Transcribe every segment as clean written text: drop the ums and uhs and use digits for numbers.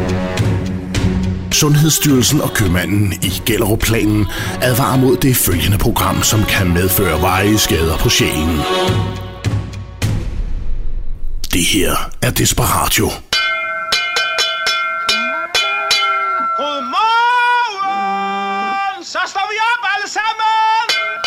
Sundhedsstyrelsen og købmanden i Gellerupplanen advarer mod det følgende program, som kan medføre varige skader på sjælen. Det her er Desperatio. Godmorgen! Så står vi op alle sammen!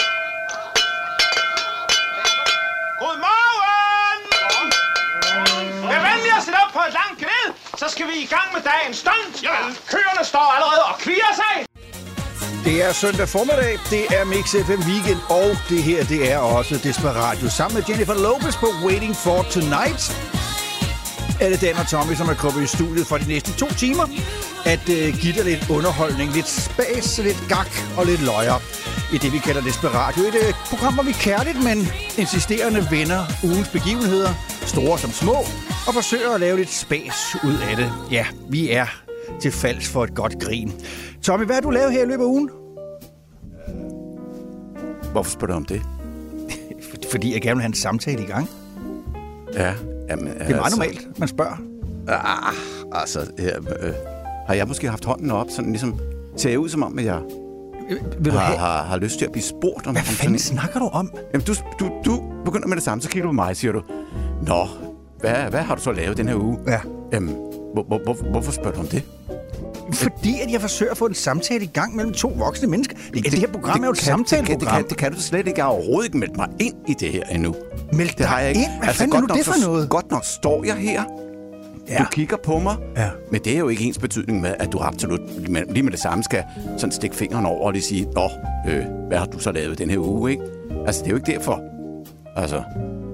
Godmorgen! Vær venlig at sætte op på et langt knæ, så skal vi i gang med dagens stunt. Køerne står allerede og kvier sig. Det er søndag formiddag, det er Mix FM Weekend, og det her, det er også Desperatio. Sammen med Jennifer Lopez på Waiting for Tonight. Alle Dan og Tommy, som er kommet i studiet for de næste 2 timer, at give dig lidt underholdning, lidt spas, lidt gak og lidt løjer i det, vi kalder Desperatio. Et program, hvor vi kærligt, men insisterende vender ugens begivenheder, store som små, og forsøger at lave lidt spas ud af det. Ja, vi er til falds for et godt grin. Tommy, hvad har du lavet her i løbet af ugen? Hvorfor spørger du om det? Fordi jeg gerne vil have en samtale i gang. Ja, jamen... Det er meget normalt, man spørger. Har jeg måske haft hånden op, sådan ligesom... Ser jeg ud som om, at jeg har lyst til at blive spurgt om... Hvad fanden snakker du om? Jamen, du begynder med det samme, så kigger du på mig, siger du. Nå, hvad har du så lavet den her uge? Ja. Hvorfor spørger du om det? Fordi at jeg forsøger at få en samtale i gang mellem 2 voksne mennesker. Det her program er jo et samtaleprogram. Det kan du slet ikke. Jeg har overhovedet ikke meldt mig ind i det her endnu. Meldt dig ind? Hvad fanden er nu det for noget? Godt nok står jeg her. Ja. Du kigger på mig. Ja. Men det er jo ikke ens betydning med, at du absolut lige med det samme skal sådan stikke fingeren over og lige sige, hvad har du så lavet den her uge, ikke? Altså, det er jo ikke derfor. Altså,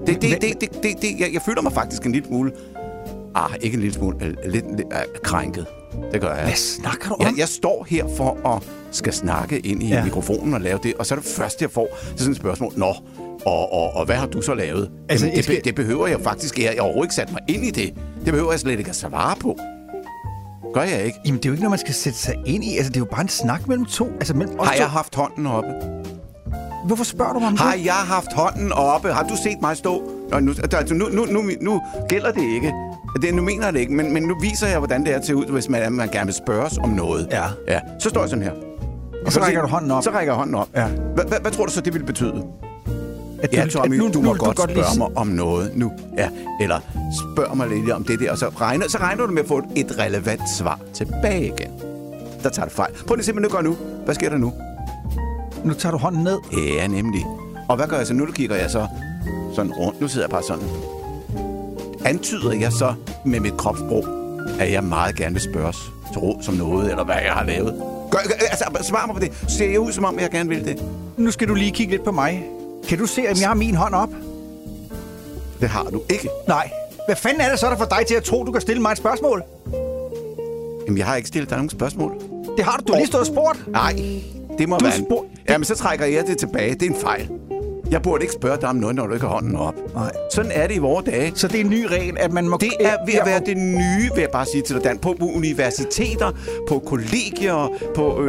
jeg føler mig faktisk en lille smule... ikke en lille smule, lidt krænket. Det gør jeg. Hvad snakker du om? Jeg står her for at skal snakke ind i mikrofonen og lave det, og så er det første, jeg får, det er sådan et spørgsmål. Og hvad har du så lavet? Altså, det behøver jeg faktisk. Jeg har overhovedet ikke sat mig ind i det. Det behøver jeg slet ikke at svare på. Gør jeg ikke? Jamen, det er jo ikke noget, man skal sætte sig ind i. Altså, det er jo bare en snak mellem 2. Altså, mellem os har jeg haft hånden oppe? Hvorfor spørger du mig om det? Har jeg haft hånden oppe? Har du set mig stå? Nu gælder det ikke. Nu mener jeg det ikke, men nu viser jeg, hvordan det er til ud, hvis man gerne vil spørges om noget. Ja. Så står jeg sådan her. Og så rækker du hånden op. Så rækker jeg hånden op. Ja. Hvad tror du så, det ville betyde? Tommy, du må godt spørge mig om noget nu. Ja, eller spørg mig lidt om det der, og så regner du med at få et relevant svar tilbage igen. Der tager du fejl. Prøv lige at se, hvad nu gør nu. Hvad sker der nu? Nu tager du hånden ned. Ja, nemlig. Og hvad gør jeg så? Nu kigger jeg så sådan rundt. Nu sidder jeg bare sådan. Antyder jeg så med mit kropssprog, at jeg meget gerne vil spørges til råd som noget, eller hvad jeg har lavet? Svar mig på det. Ser jeg ud, som om jeg gerne vil det? Nu skal du lige kigge lidt på mig. Kan du se, om jeg har min hånd op? Det har du ikke. Nej. Hvad fanden er det så, der får dig til at tro, du kan stille mig et spørgsmål? Jamen, jeg har ikke stillet dig nogen spørgsmål. Det har du. Du har lige stået og spurgt. Nej, det må være Jamen, så trækker jeg det tilbage. Det er en fejl. Jeg burde ikke spørge dig om noget, når du ikke har hånden op. Nej. Sådan er det i vore dage. Så det er en ny regel, at man må... Det er ved at være det nye, vil jeg bare sige til dig, Dan. På universiteter, på kollegier, på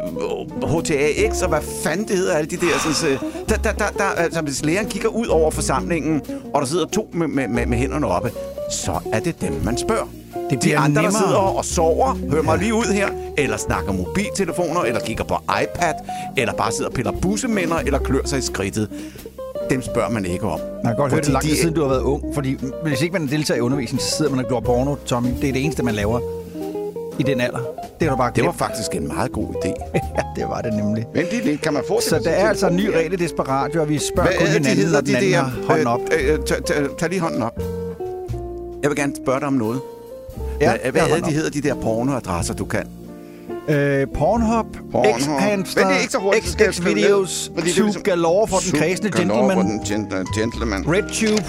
HTAX, og hvad fanden det hedder, alle de der... Sådan, hvis læreren kigger ud over forsamlingen, og der sidder 2 med hænderne oppe, så er det dem, man spørger. Det de andre, nemmere. der sidder og sover, hører mig lige ud her, eller snakker mobiltelefoner, eller kigger på iPad, eller bare sidder og piller bussemænder, eller klør sig i skridtet. Dem spørger man ikke om. Man kan godt høre det lang tid siden, du har været ung. Fordi hvis ikke man deltager i undervisning, så sidder man og glor porno, Tommy. Det er det eneste, man laver i den alder. Det var faktisk en meget god idé. Ja, det var det nemlig. Men det kan man få. Så der er altså en ny regel i Desperatio, og vi spørger kun hinanden, når den anden har hånden op. Tag lige hånden op. Jeg vil gerne spørge dig om noget. Ja, hvad hedder de der pornoadresser, du kan? Pornhub, X-Hamster, X-Videos, Tube Galore for den kredsende gentleman, RedTube,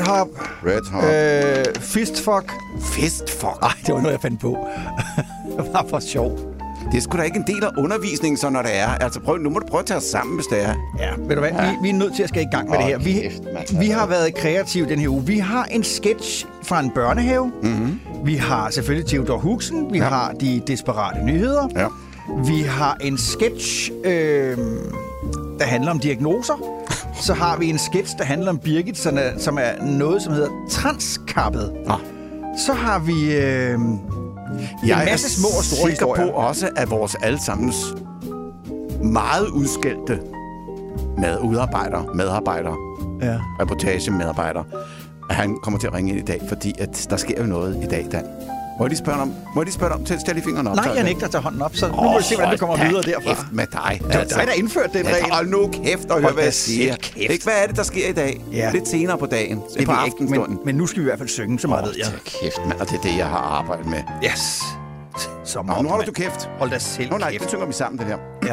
RedHub, Fistfuck. Fistfuck? Ej, det var noget, jeg fandt på. Det var for sjov. Det er sgu da ikke en del af undervisningen, så når det er. Altså, nu må du prøve at tage os sammen, hvis det er. Ja, ved du hvad? Vi er nødt til at skal i gang med det her. Vi har været kreative den her uge. Vi har en sketch fra en børnehave. Mm-hmm. Vi har selvfølgelig Theodor Huxen. Vi har de desperate nyheder. Ja. Vi har en sketch, der handler om diagnoser. Så har vi en sketch, der handler om Birgit, som er noget, som hedder transkappet. Ja. Så har vi Jeg en masse små og store sikker historier. på også, at vores allesammens meget udskældte medarbejdere, reportagemedarbejdere, at han kommer til at ringe ind i dag, fordi at der sker jo noget i dag, Dan. Må jeg lige spørge om til stille fingeren op? Nej, jeg nægter at tage hånden op, så nu må vi se, hvordan du kommer videre derfra. Kæft med dig. Det er dig, der indførte den regel. Hold nu kæft og hør, hvad jeg siger. Ikke, hvad er det, der sker i dag? Ja. Lidt senere på dagen. Det er på aftenstunden. Men nu skal vi i hvert fald synge, så meget ved jeg. Kæft, mand, og det er det, jeg har arbejdet med. Yes. Så Nå, nu holder du kæft. Hold da selv Nej, kæft. det synger vi sammen, det her. Ja.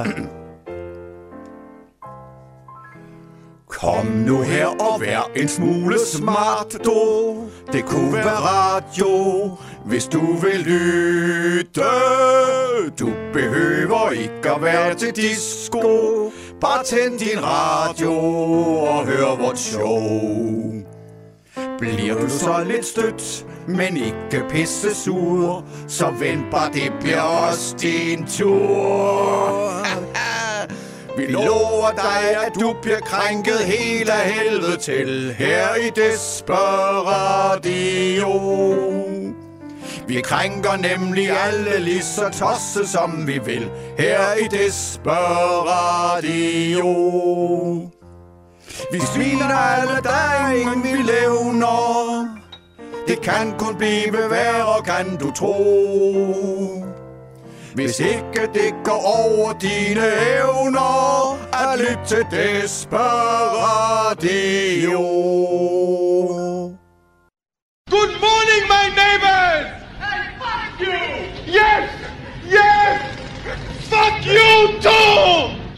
Kom nu her og vær en smule smart, du. Det kunne være radio, hvis du vil lytte. Du behøver ikke at være til disco. Bare tænd din radio og hør vores show. Bliver du så lidt stødt, men ikke pisse sur, så vent bare, det bliver også din tur. Vi lover dig, at du bliver krænket helt af helvede til her i Desperadio. Vi krænker nemlig alle lige så tosse, som vi vil her i Desperadio. Vi sviner alle drenge, vi levner. Det kan kun blive værre, kan du tro. Hvis ikke det går over dine evner, at lytte til Desperadio. Good morning, my neighbors! Hey, fuck you! Yes! Yes! Fuck you too!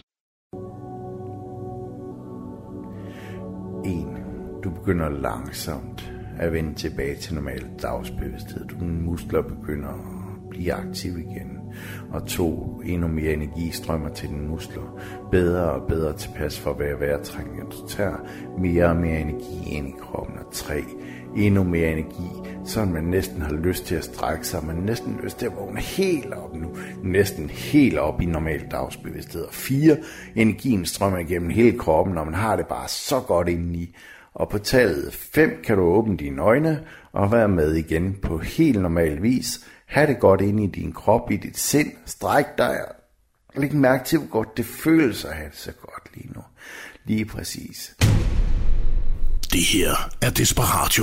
Du begynder langsomt at vende tilbage til normal dagsbevidsthed. Dine muskler begynder at blive aktive igen. Og 2, endnu mere energi strømmer til dine muskler. Bedre og bedre tilpas for at være vejrtrængende. Du tager mere og mere energi ind i kroppen. Og 3, endnu mere energi, så man næsten har lyst til at strække sig. Man næsten lyst til at vågne helt op nu. Næsten helt op i normal dagsbevidsthed. Og 4, energien strømmer igennem hele kroppen, når man har det bare så godt indeni. Og på tallet 5 kan du åbne dine øjne og være med igen på helt normal vis. Ha' det godt inde i din krop, i dit sind. Stræk dig og læg mærke til, hvor godt det føles at have det så godt lige nu. Lige præcis. Det her er Desperadio.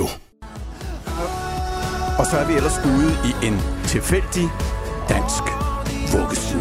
Og så er vi ellers ude i en tilfældig dansk vuggestue.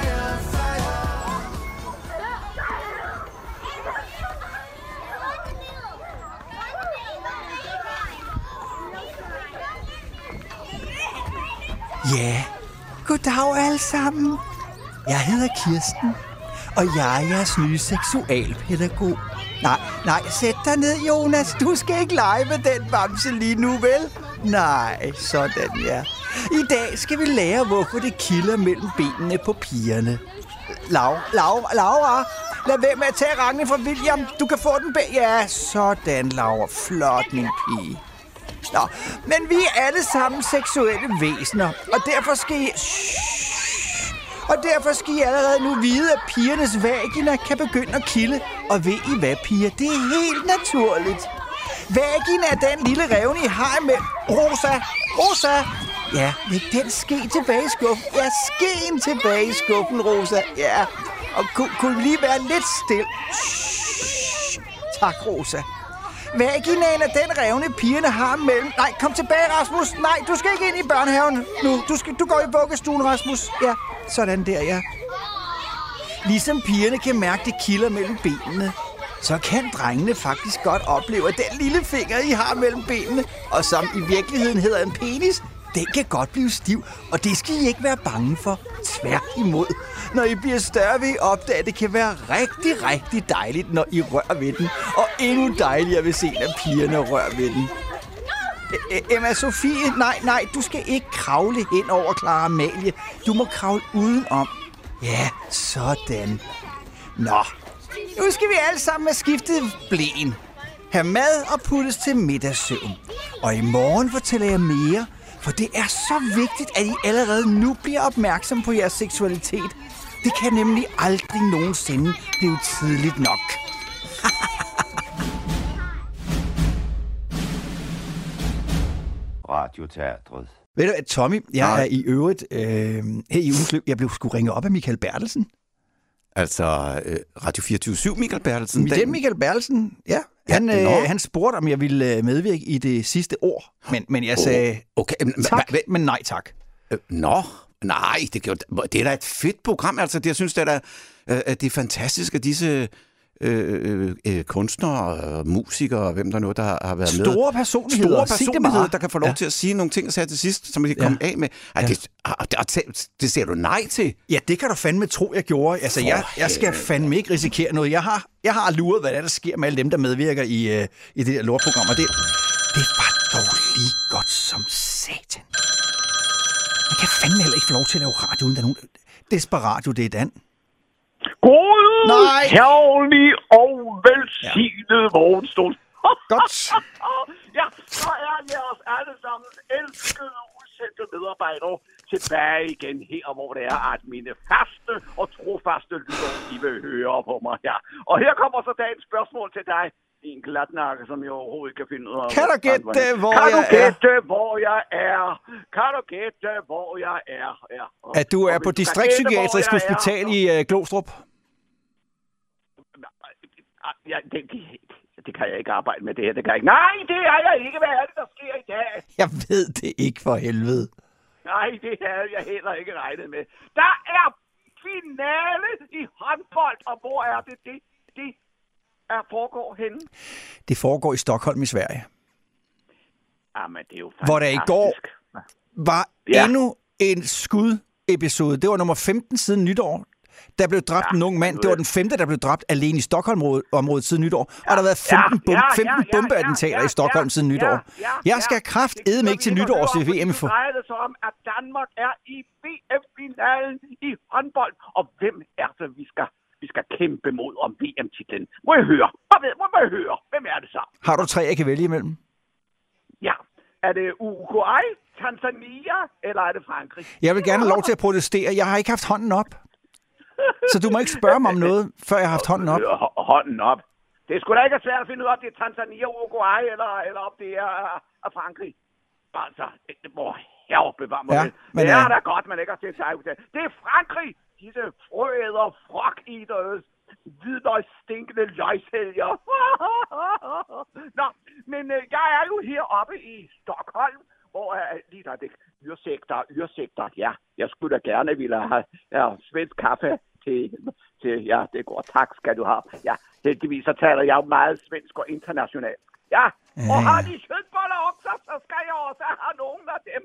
Ja, goddag alle sammen. Jeg hedder Kirsten, og jeg er jeres nye seksualpædagog. Nej, sæt dig ned, Jonas. Du skal ikke lege med den bamse lige nu, vel? Nej, sådan ja. I dag skal vi lære, hvorfor det kilder mellem benene på pigerne. Laura, lad være med at tage rangen fra William. Du kan få den bag. Ja, sådan, Laura. Flot, min pige. Nå, men vi er alle sammen seksuelle væsener, og derfor skal I allerede nu vide, at pigernes vagina kan begynde at kilde. Og ved I hvad, piger? Det er helt naturligt. Vagina er den lille revne, I har med Rosa! Ja, læg den ske tilbage i skuffen. Ja, skeen tilbage i skuffen, Rosa. Ja, og kunne I lige være lidt stille? Tak, Rosa. Vaginaen er den revne, pigerne har mellem... Nej, kom tilbage, Rasmus. Nej, du skal ikke ind i børnehaven nu. Du går i vuggestuen, Rasmus. Ja, sådan der, ja. Ligesom pigerne kan mærke, det kilder mellem benene, så kan drengene faktisk godt opleve, at den lille finger, I har mellem benene, og som i virkeligheden hedder en penis, den kan godt blive stiv, og det skal I ikke være bange for. Tværtimod. Når I bliver større, vil I opdage, at det kan være rigtig, rigtig dejligt, når I rører ved den. Og endnu dejligere, hvis en af pigerne rører ved den. Emma Sofie, nej, du skal ikke kravle hen over Clara Amalie. Du må kravle udenom. Ja, sådan. Nå, nu skal vi alle sammen have skiftet blæen. Have mad og puttes til middagssøvn. Og i morgen fortæller jeg mere, for det er så vigtigt, at I allerede nu bliver opmærksom på jeres seksualitet. Det kan nemlig aldrig nogensinde blive tidligt nok. Radioteatret. Ved du, Tommy, jeg er i øvrigt her i ugens løb, jeg blev sgu ringet op af Michael Bertelsen. Altså, Radio 24/7 Michael Bertelsen. Det er Michael Bertelsen, ja. Han spurgte, om jeg ville medvirke i det sidste år, men jeg sagde tak, men nej tak. Nej, det er da et fedt program. Altså, jeg synes, det er fantastisk, at disse kunstnere, musikere, hvem der nu, der har været med. Store personligheder, der kan få lov til at sige nogle ting, og sige til sidst, som de kan komme af med. Det ser du nej til. Ja, det kan du fandme tro, jeg gjorde. Altså, jeg skal fandme ikke risikere noget. Jeg har luret, hvad der sker med alle dem, der medvirker i det der lortprogram, og det var dog lige godt som satan. Man kan fandme heller ikke få lov til at lave radio, uden der er nogen... Desperatio, det er Dan. God, kærlig og velsignet morgenstund. Godt. Ja, så er jeres alle sammen elskede udsendte medarbejdere tilbage igen her, hvor det er, at mine faste og trofaste lytter, de vil høre på mig her. Og her kommer så dagens spørgsmål til dig. En glatnakke, som jeg overhovedet ikke kan finde ud af. Kan du gætte, hvor jeg er? Kan du gætte, hvor jeg er? Kan du gætte, hvor jeg er? Ja. At du er på Distriktspsykiatrisk Hospital i Glostrup? Ja, det kan jeg ikke arbejde med det her. Det kan jeg ikke. Nej, det er jeg ikke. Hvad er det, der sker i dag? Jeg ved det ikke, for helvede. Nej, det havde jeg heller ikke regnet med. Der er finale i håndbold, og hvor er det? Det foregår henne? Det foregår i Stockholm i Sverige. Jamen, det er jo fantastisk. Hvor der i går var endnu en skudepisode. Det var nummer 15 siden nytår. Der blev dræbt en ung mand. Det var den 5., der blev dræbt alene i Stockholm-området siden nytår. Og der har været 15 bombeattentater i Stockholm siden nytår. Jeg skal kraftedeme ikke til nytår til VM. Det drejer det sig om, at Danmark er i VM-finalen i håndbold. Og hvem er det, vi skal kæmpe mod om VM-titlen? Må jeg høre? Hvem er det så? Har du 3, jeg kan vælge imellem? Ja. Er det Uruguay, Tanzania, eller er det Frankrig? Jeg vil gerne have lov til at protestere. Jeg har ikke haft hånden op. Så du må ikke spørge mig om noget, før jeg har haft hånden op. Hånden op? Det er sgu da ikke svært at finde ud af, om det er Tanzania, Uruguay, eller om det er Frankrig. Altså, det må herbevar mig. Men det er da godt, man ikke har set sig ud af. Det er Frankrig! Disse frøæder, frog-eaters, hvidløgsstinkende løgsælger. Nå, men jeg er jo heroppe i Stockholm, hvor lige der er det yrsekter. Ja, jeg skulle da gerne ville have svensk kaffe til, ja, det går. Tak skal du have. Ja, heldigvis så taler jeg jo meget svensk og internationalt. Ja, og har de kødboller også, så skal jeg også have nogen af dem.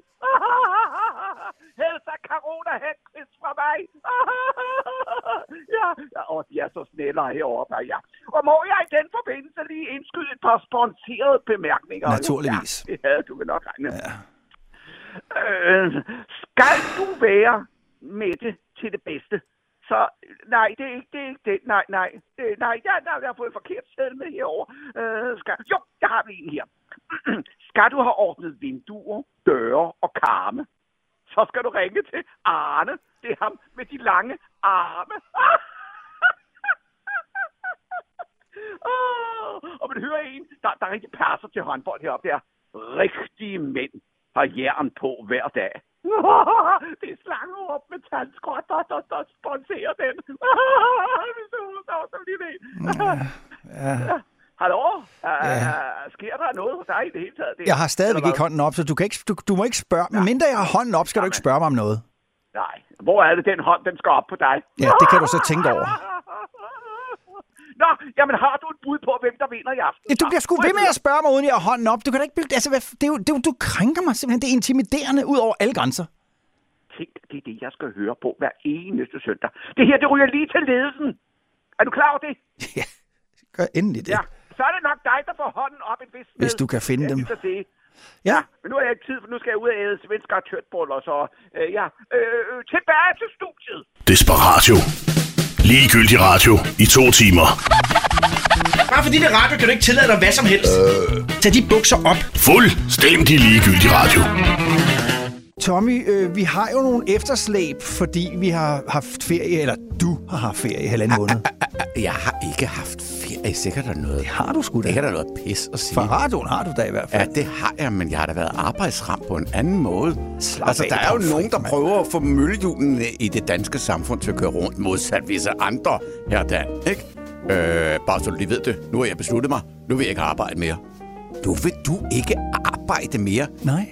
Helsa Corona Henrik fra mig. Ja, og de er så snællere heroppe, ja. Og må jeg i den forbindelse lige indskyde et par sponserede bemærkninger? Naturligvis. Ja, det havde du vel nok regnet. Ja. Skal du være med det til det bedste? Så nej, det er ikke det. Nej, jeg har fået forkert sæde med herovre. Jeg har en her. Skal du have ordnet vinduer, døre og karme, så skal du ringe til Arne. Det er ham med de lange arme. Og man hører en, der rigtig passer til håndbold heroppe. Det er rigtige mænd har jern på hver dag. Det er slangerup med tandskråt, der sponserer den. Hallo? Sker der noget hos dig i det hele taget? Jeg har stadigvæk ikke hånden op, så du må ikke spørge. Men mindre jeg har hånden op, skal du ikke spørge mig om noget. Nej. Hvor er det, den hånd, den skal op på dig? Ja, det kan du så tænke over. Nå, jamen har du et bud på, hvem der vinder i aften? Ja, du bliver sgu ved med at spørge mig, uden jeg har hånden op. Du kan da ikke... Altså, du krænker mig simpelthen. Det er intimiderende ud over alle grænser. Tænk, det er det, jeg skal høre på hver eneste søndag. Det her, det ryger lige til ledelsen. Er du klar over det? Ja, gør endelig det. Ja, så er det nok dig, der får hånden op et vist sted. Hvis du kan finde dem. Ja, men nu har jeg ikke tid, for nu skal jeg ud og æde svenske tørtboller, så tilbage til studiet. Desperatio. Ligegyldig radio i 2 timer. Bare fordi det er radio, kan du ikke tillade dig hvad som helst. Tag de bukser op. Fuldstændig ligegyldig radio. Tommy, vi har jo nogle efterslæb, fordi vi har haft ferie, eller du har haft ferie i 1,5 måned. Jeg har ikke haft ferie. er I sikkert der noget? Det har du sgu da. Det er der noget pis at sige. For radioen har du da i hvert fald. Ja, det har jeg, men jeg har da været arbejdsramt på en anden måde. Altså, der er jo nogen, der prøver at få møllehjulene i det danske samfund til at køre rundt modsat visse andre her Dan, ikke? Bare så du lige ved det. Nu har jeg besluttet mig. Nu vil jeg ikke arbejde mere. Vil du ikke arbejde mere? Nej.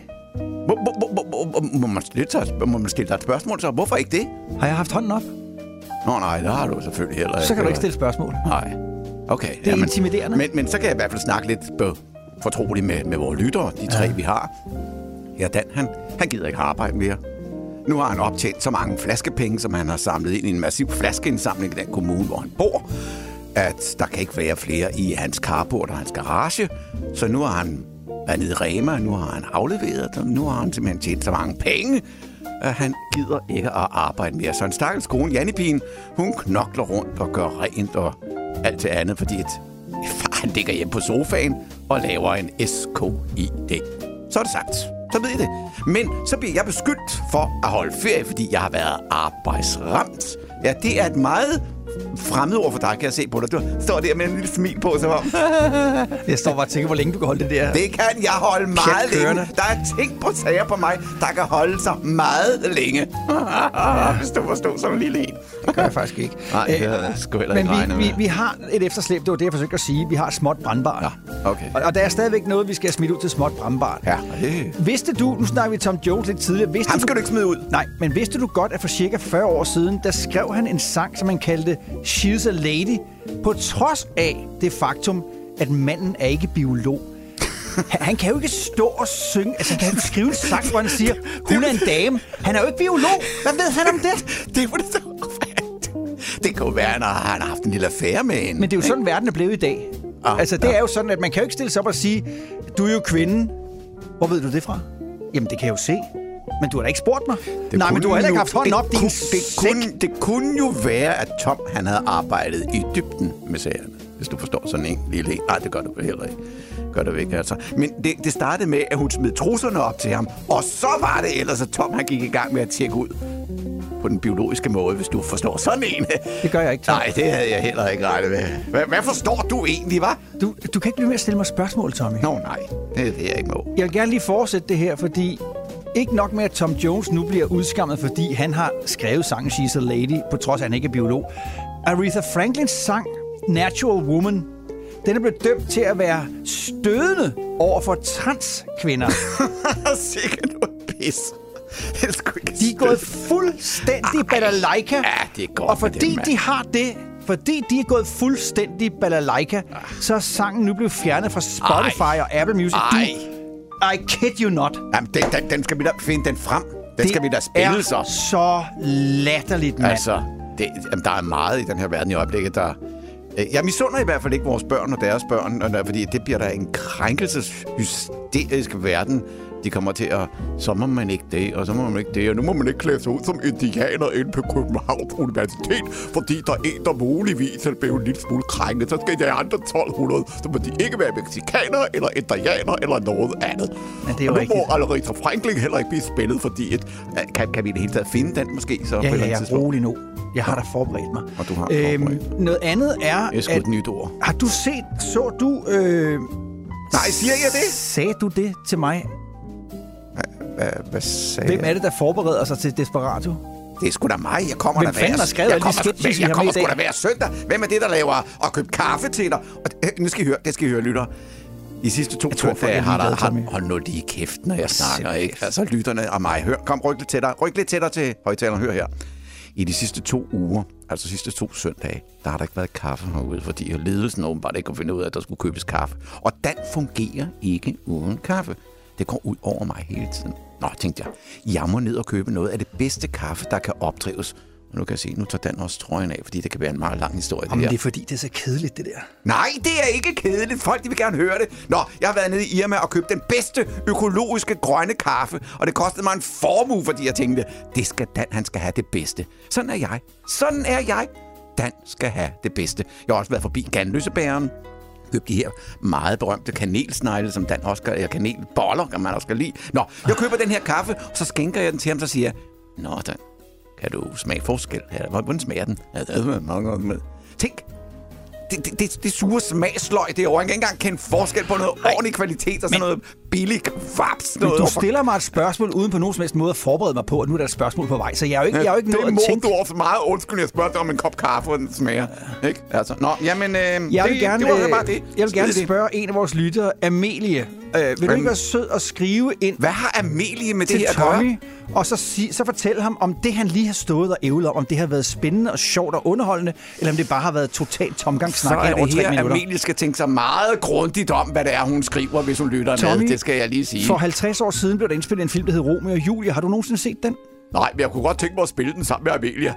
Må man stille dig et spørgsmål så? Hvorfor ikke det? Har jeg haft hånden op? Nå nej, det har du selvfølgelig heller ikke. Så kan du ikke stille spørgsmål. Nej. Okay. Det er intimiderende. Men så kan jeg i hvert fald snakke lidt fortroligt med vores lyttere, de tre vi har. Ja, Dan, han gider ikke arbejde mere. Nu har han optjent så mange flaskepenge, som han har samlet ind i en massiv flaskeindsamling i den kommune, hvor han bor, at der kan ikke være flere i hans carport og hans garage. Så nu har han været nede i Rema, nu har han afleveret dem, nu har han simpelthen tjent så mange penge, at han gider ikke at arbejde mere. Så en stakkels kone, Janne-pigen, hun knokler rundt og gør rent og alt det andet, fordi far han ligger hjemme på sofaen og laver en SKID. Så er det sagt. Så ved I det. Men så bliver jeg beskyldt for at holde ferie, fordi jeg har været arbejdsramt. Ja, det er et meget fremmed ord for dig, kan jeg se på dig. Du står der med en lille smil på, som om... Jeg står bare og tænker, hvor længe du kan holde det der. Det kan jeg holde meget længe. Der er ting på sager på mig, der kan holde sig meget længe. Hvis du forstår sådan en lille en. Det gør jeg faktisk ikke. Nej, det havde jeg sgu heller ikke regnet med. Men vi har et efterslæb, det var det, jeg forsøgte at sige. Vi har småt brandbart. Ja, okay. Og der er stadigvæk noget, vi skal smide ud til småt brandbart. Ja. Vidste du, nu snakker vi Tom Jones lidt tidligere. Ham skal du ikke smide ud. Nej, men vidste du godt, at for cirka 40 år siden, der skrev han en sang, som han kaldte She's a Lady, på trods af det faktum, at manden er ikke biolog. Han kan jo ikke stå og synge, altså han kan ikke skrive en sang, hvor han siger, hun er en dame. Han er jo ikke biolog. Hvad ved han om det? Det er jo det så. Det kan jo være, når han har haft en lille affære med hende. Men det er jo sådan, verden er blevet i dag. Altså, det er jo sådan, at man kan jo ikke stille sig op og sige, du er jo kvinde. Hvor ved du det fra? Jamen, det kan jeg jo se. Men du har da ikke spurgt mig. Nej, men du har heller ikke haft hånden op, din sæk. Det kunne jo være, at Tom han havde arbejdet i dybden med sagerne. Hvis du forstår sådan en lille en. Nej, det gør du heller ikke. Gør du ikke, altså. Men det startede med, at hun smed trusserne op til ham. Og så var det ellers, at Tom han gik i gang med at tjekke ud på den biologiske måde, hvis du forstår sådan en. Det gør jeg ikke, Tom. Nej, det havde jeg heller ikke regnet med. Hvad forstår du egentlig, hva'? Du kan ikke blive med at stille mig spørgsmål, Tommy. Nå, nej. Det er det, jeg ikke må. Jeg vil gerne lige fortsætte det her, fordi ikke nok med, at Tom Jones nu bliver udskammet, fordi han har skrevet sangen She's a Lady, på trods af, at han ikke er biolog. Aretha Franklins sang Natural Woman, den er blevet dømt til at være stødende over for transkvinder. Sikkert noget pis. De er gået fuldstændig balalaika. Ja, det er godt. Og fordi fordi de er gået fuldstændig balalaika, så er sangen nu blevet fjernet fra Spotify og Apple Music. I kid you not. Jamen, den skal vi da finde den frem. Den skal vi da spille så. Det er så latterligt, mand. Altså, der er meget i den her verden i øjeblikket, der... Jeg misunder i hvert fald ikke vores børn og deres børn, fordi det bliver der en krænkelseshysterisk verden. De kommer til at, så må man ikke det, og så må man ikke det, og nu må man ikke klæde sig ud som indianer inde på Københavns Universitet, fordi der er en, der muligvis er blevet en lille smule krænket. Så skal de andre 1200, så må de ikke være mexikanere, eller indianer, eller noget andet. Men det er jo og nu rigtigt. må Aretha Franklin heller ikke blive spillet, fordi kan vi i det hele taget finde den måske? Så Ja, jeg er rolig nu. Jeg har da forberedt mig. Og du har forberedt. Noget andet er, det er sgu et nyt ord. Har du så du... Nej, siger jeg det? Sagde du det til mig? Hvad sagde Hvem er det, der forbereder sig til Desperado? Det er sgu da mig. Jeg kommer Hvem fanden har skrevet alle de sketches, vi har med i dag? Jeg kommer sgu da hver søndag. Hvem er det, der laver og købe kaffe til dig? Og, nu skal I høre, det skal I høre, lytter. De sidste 2 søndage har der... Hold nu lige kæft, når jeg snakker, ikke? Altså, lytterne og mig. Hør, kom, ryk lidt tættere til højtaleren. Hør her. I de sidste 2 uger, altså sidste 2 søndage, der har der ikke været kaffe herude, fordi ledelsen åbenbart ikke kunne finde ud af, at der skulle købes kaffe. Og den fungerer ikke uden kaffe. Det går ud over mig hele tiden. Nå, tænkte jeg må ned og købe noget af det bedste kaffe, der kan opdrives. Og nu kan jeg se, nu tager Dan også trøjen af, fordi det kan være en meget lang historie. Jamen, det er fordi, det er så kedeligt, det der. Nej, det er ikke kedeligt. Folk, de vil gerne høre det. Nå, jeg har været nede i Irma og købt den bedste økologiske grønne kaffe, og det kostede mig en formue, fordi jeg tænkte, det skal Dan, han skal have det bedste. Sådan er jeg. Sådan er jeg. Dan skal have det bedste. Jeg har også været forbi Ganløsebæren. Køb de her meget berømte kanelsnegle, som Dan også eller kanelboller, kan man også kan lide. Nå, jeg køber den her kaffe, og så skænker jeg den til ham, så siger jeg, nå Dan, kan du smage forskel? Ja, hvordan smager den? Ja, det er meget godt med. Tænk, det sure smagsløg derovre. Jeg kan ikke engang kende forskel på noget ordentlig kvalitet og sådan noget billig vaps. Du stiller mig et spørgsmål uden på nogen som helst måde at forberede mig på, at nu er der et spørgsmål på vej. Så jeg er jo ikke noget at tænke. Det må du også meget undskyld, jeg spørger dig om en kop kaffe, og den smager. Ikke? Altså, jamen, jeg vil gerne spørge en af vores lyttere, Amelie. Vil du ikke være sød og skrive ind? Hvad har Amelie med det her at gøre? Og så fortælle ham, om det han lige har stået og ævlet om det har været spændende og sjovt og underholdende, eller om det bare har været totalt tomgangssnak over 3 minutter. Så er det her, Amelie skal tænke sig meget grundigt om, hvad det er, hun skriver, hvis hun lytter med. Det skal jeg lige sige. For 50 år siden blev der indspillet en film, der hed Romeo og Julie. Har du nogensinde set den? Nej, men jeg kunne godt tænke mig at spille den sammen med Amelie.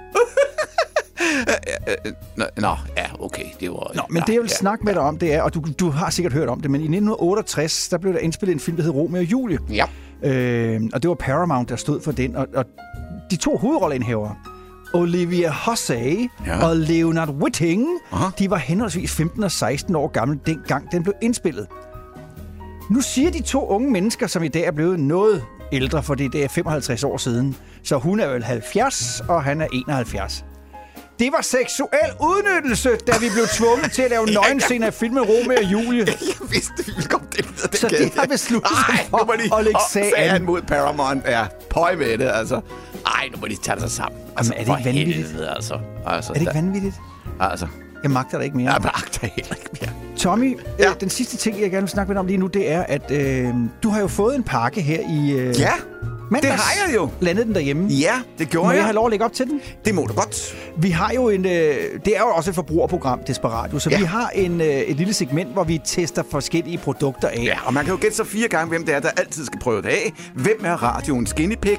Okay. Det var... men det jeg vil snakke med dig om, det er, og du har sikkert hørt om det, men i 1968, der blev der indspillet en film, der hed Romeo og Julie. Ja. Og det var Paramount, der stod for den. Og de 2 hovedrolleindhavere, Olivia Hussey og Leonard Whiting, de var henholdsvis 15 og 16 år gamle, dengang den blev indspillet. Nu siger de 2 unge mennesker, som i dag er blevet noget ældre, fordi det er 55 år siden. Så hun er vel 70, og han er 71. Det var seksuel udnyttelse, da vi blev tvunget til at lave nøgenscener i filmen Romeo og Julie. Jeg vidste, vi ville komme til det. Så det har besluttet sig for at lægge sagen mod Paramount. Ja, pøj med det, altså. Nu må de tage sig sammen. Altså, er det ikke vanvittigt? Helvede, altså, er det ikke vanvittigt? Altså. Jeg magter det ikke mere. Jeg magter heller ikke mere. Tommy, den sidste ting, jeg gerne vil snakke med dig om lige nu, det er, at du har jo fået en pakke her i... Det har jeg jo. Landede den derhjemme? Ja, det gjorde jeg. Må jeg have lov at lægge op til den? Det må du godt. Vi har jo det er jo også et forbrugerprogram, Desperatio, så vi har et lille segment, hvor vi tester forskellige produkter af. Ja, og man kan jo gætte så 4 gange, hvem det er, der altid skal prøve det af. Hvem er radioens guinea pig?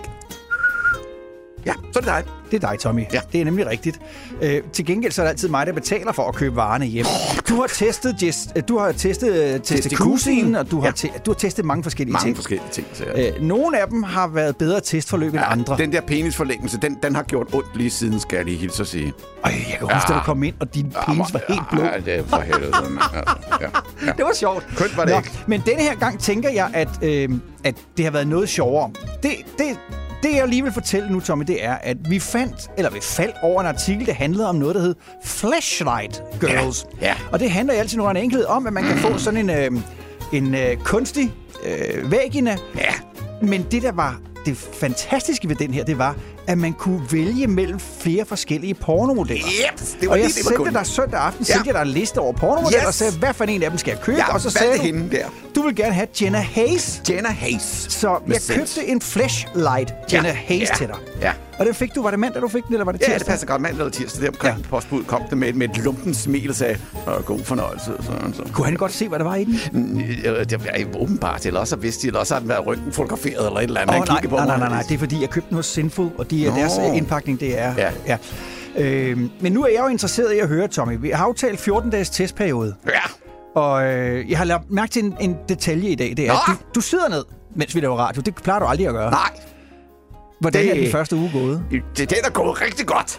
Ja, så er det dig. Det er dig, Tommy. Ja. Det er nemlig rigtigt. Til gengæld så er det altid mig, der betaler for at købe varerne hjem. Du har testet Testikusin, og du har testet mange forskellige ting. Nogle af dem har været bedre testforløb end andre. Den der penisforlængelse, den har gjort ondt lige siden, skal jeg lige hilse at sige. Jeg kan huske, at du kom ind, og din penis var helt blå. Ja, det er for helvede. Det var sjovt. Kønt var det ikke. Men denne her gang tænker jeg, at det har været noget sjovere. Det, jeg lige vil fortælle nu, Tommy, det er, at vi faldt over en artikel, der handlede om noget, der hed Fleshlight Girls. Ja. Og det handler i altid noget en enkelhed om, at man kan få sådan en kunstig vagina. Ja. Men det, der var det fantastiske ved den her, det var, at man kunne vælge mellem flere forskellige pornomodeller. Det var og jeg sendte dig søndag aften, sendte jeg dig en liste over pornomodeller, og sagde, hvad for en af dem skal jeg købe? Og så sagde du vil gerne have Jenna Haze. Så jeg købte en Fleshlight Jenna Haze til dig. Ja. Og den fik du. Var det mandag, du fik den, eller var det tirsdag? Ja, det passer godt. Mandag eller tirsdag. Det omkring postbud kom det med et lumpen smil og sagde, god fornøjelse. Så. Kunne han godt se, hvad der var i den? Det var åbenbart. Eller også vidste de, eller også har den været ryggen fotograferet eller et eller andet. Nej. Det er fordi, jeg købte noget Sinful, og deres indpakning, det er... Ja. Men nu er jeg jo interesseret i at høre, Tommy. Vi har aftalt 14-dages testperiode. Ja. Og jeg har lagt mærke til en detalje i dag. Det er, at du sidder ned, mens vi laver radio. Det plejer du aldrig at gøre. Nej. Hvordan er den første uge gået? Den er gået rigtig godt.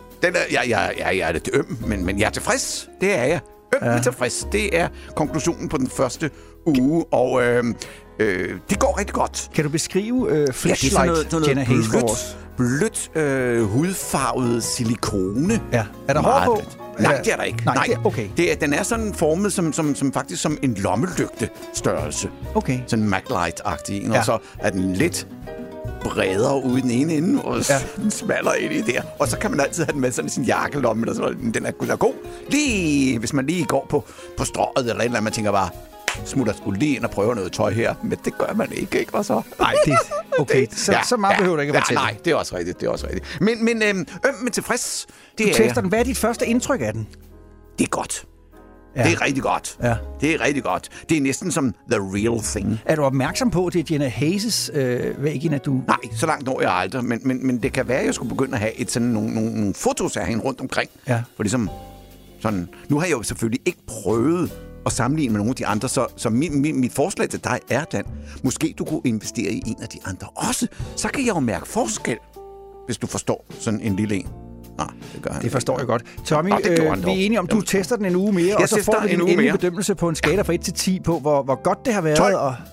Jeg er lidt øm, men jeg er tilfreds. Det er jeg. Øm tilfreds. Det er konklusionen på den første uge, og det går rigtig godt. Kan du beskrive Fleshlight Jenna Haze for os? Blødt hudfarvet silikone. Ja. Er der hår på? Nej, det er der ikke. Nej. Okay. Den er sådan formet som faktisk som en lommelygte størrelse. Okay. Sådan MacLight-agtig. Og så er den lidt bredere ude i den ene ende, og den smaller ind i der. Og så kan man altid have den med sådan sin jakkelomme, eller sådan. Den er god. Lige, hvis man lige går på strået eller et eller andet, man tænker bare, smutter skulle lige ind og prøve noget tøj her. Men det gør man ikke, og så? Nej, det okay. Så meget behøver du ikke at fortælle. Nej, det er også rigtigt. Men tilfreds. Du tester den. Hvad er dit første indtryk af den? Det er godt. Ja. Det er rigtig godt. Ja. Det er rigtig godt. Det er næsten som the real thing. Er du opmærksom på, at det er Jenna Hazes vagina, du... Nej, så langt når jeg aldrig. Men det kan være, at jeg skulle begynde at have sådan nogle fotos af hende rundt omkring. Ja. For ligesom sådan... Nu har jeg jo selvfølgelig ikke prøvet at sammenligne med nogle af de andre, så mit forslag til dig er, Dan, måske du kunne investere i en af de andre også. Så kan jeg jo mærke forskel, hvis du forstår sådan en lille en. Nej, det gør han. Det forstår jeg godt. Tommy, vi er enige om, du tester den en uge mere, og så får vi en endelig bedømmelse på en skala fra 1 til 10 på, hvor godt det har været. 12. Og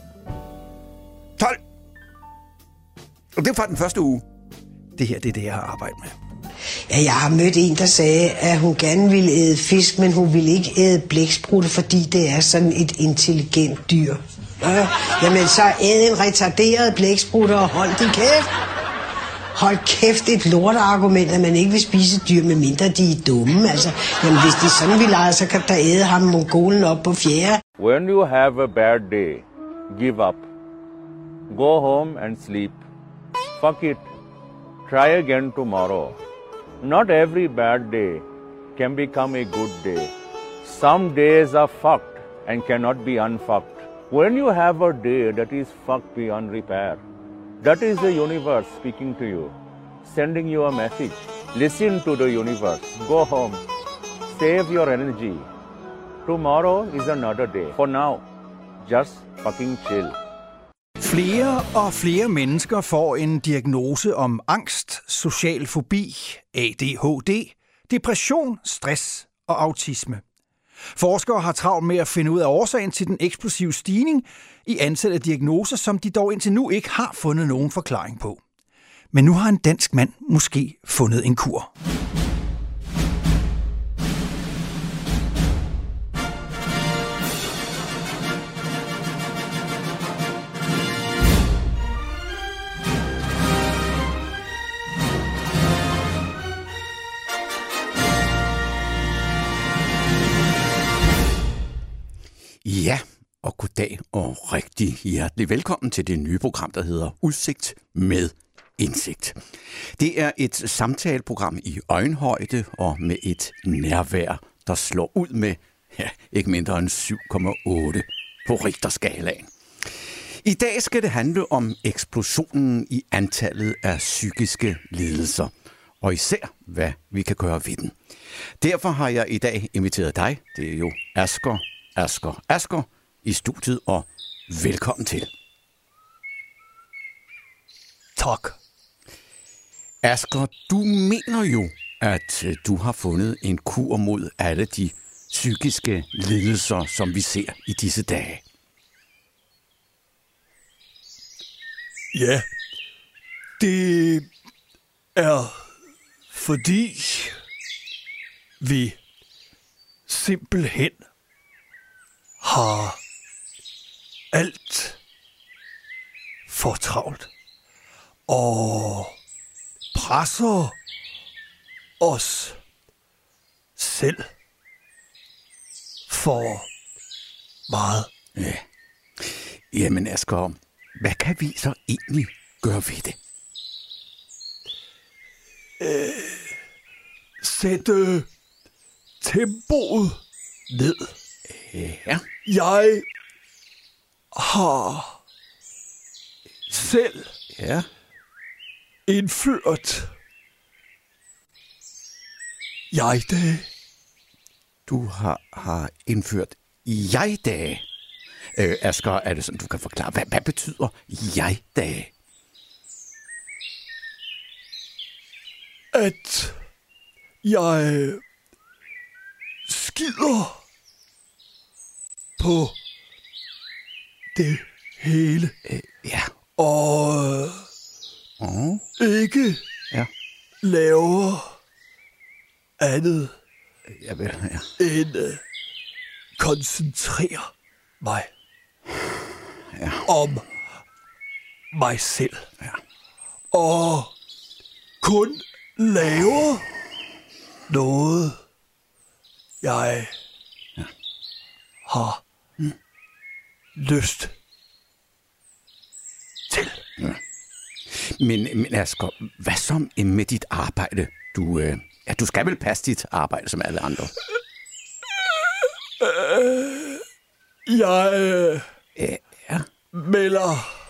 12! Og det var den første uge. Det her, det er det, jeg har arbejdet med. Ja, jeg har mødt en, der sagde, at hun gerne ville æde fisk, men hun ville ikke æde blæksprutte, fordi det er sådan et intelligent dyr. Jamen, så æd en retarderet blæksprutte og hold din kæft. Hold kæft, det er et lorteargument, at man ikke vil spise dyr, medmindre de er dumme. Altså, jamen, hvis de sådan vil lege, så kan der æde ham mongolen op på fjerde. When you have a bad day, give up. Go home and sleep. Fuck it. Try again tomorrow. Not every bad day can become a good day. Some days are fucked and cannot be unfucked. When you have a day that is fucked beyond repair, that is the universe speaking to you, sending you a message. Listen to the universe. Go home. Save your energy. Tomorrow is another day. For now, just fucking chill. Flere og flere mennesker får en diagnose om angst, social fobi, ADHD, depression, stress og autisme. Forskere har travlt med at finde ud af årsagen til den eksplosive stigning i antallet af diagnoser, som de dog indtil nu ikke har fundet nogen forklaring på. Men nu har en dansk mand måske fundet en kur. Ja, og goddag og rigtig hjertelig velkommen til det nye program, der hedder Udsigt med Indsigt. Det er et samtaleprogram i øjenhøjde og med et nærvær, der slår ud med ikke mindre end 7,8 på Richterskalaen. I dag skal det handle om eksplosionen i antallet af psykiske lidelser, og især hvad vi kan gøre ved den. Derfor har jeg i dag inviteret dig, det er jo Asger i studiet, og velkommen til. Tak. Asger, du mener jo, at du har fundet en kur mod alle de psykiske lidelser, som vi ser i disse dage. Ja, det er fordi vi simpelthen har alt for travlt og presser os selv for meget. Ja. Jamen Asger, hvad kan vi så egentlig gøre ved det? Sætte tempoet ned. Ja. Jeg har selv indført jeg-dage. Du har indført jeg-dage. Asger, er det sådan, du kan forklare, hvad betyder jeg-dage? At jeg skider på det hele. Ja. Og ikke laver andet end koncentrere mig om mig selv. Ja. Og kun laver noget, jeg har lyst til. Ja. Men Asger, hvad så med dit arbejde? Du skal vel passe dit arbejde som alle andre? Jeg melder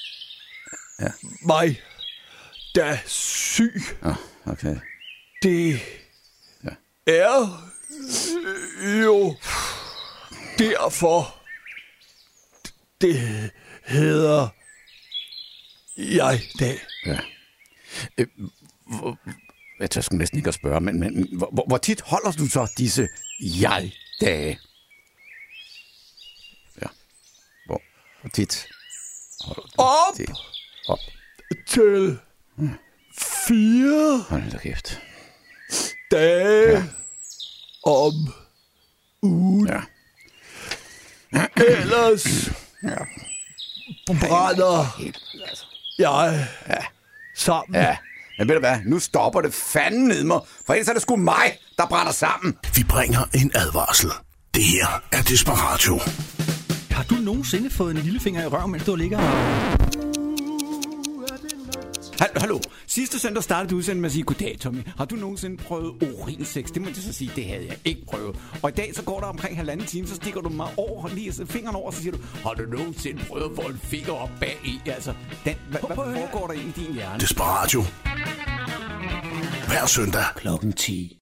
mig da syg. Okay. Det er jo derfor, det hedder jeg-dag. Ja. Jeg tør sgu næsten ikke at spørge, men hvor tit holder du så disse jeg-dage? Ja. Hvor tit holder du Op til 4. Hold da kæft. dage om ugen. Ja. Ellers brænder jeg sammen. Ja. Men ved du hvad, nu stopper det fanden ned mig, for ellers er det sgu mig, der brænder sammen. Vi bringer en advarsel. Det her er Desperatio. Har du nogensinde fået en lillefinger i røven, mens du ligger og... Hallo. Sidste søndag startede du udsendelsen med at sige, goddag Tommy. Har du nogensinde prøvet urinsex? Det må jeg så sige, det havde jeg ikke prøvet. Og i dag så går der omkring 1,5 time, så stikker du mig over, lige fingeren over, og så siger du, har du nogensinde prøvet at få en finger op bag i? Altså, hvad foregår der ind i din hjerne? Desperatio. Hver søndag klokken 10.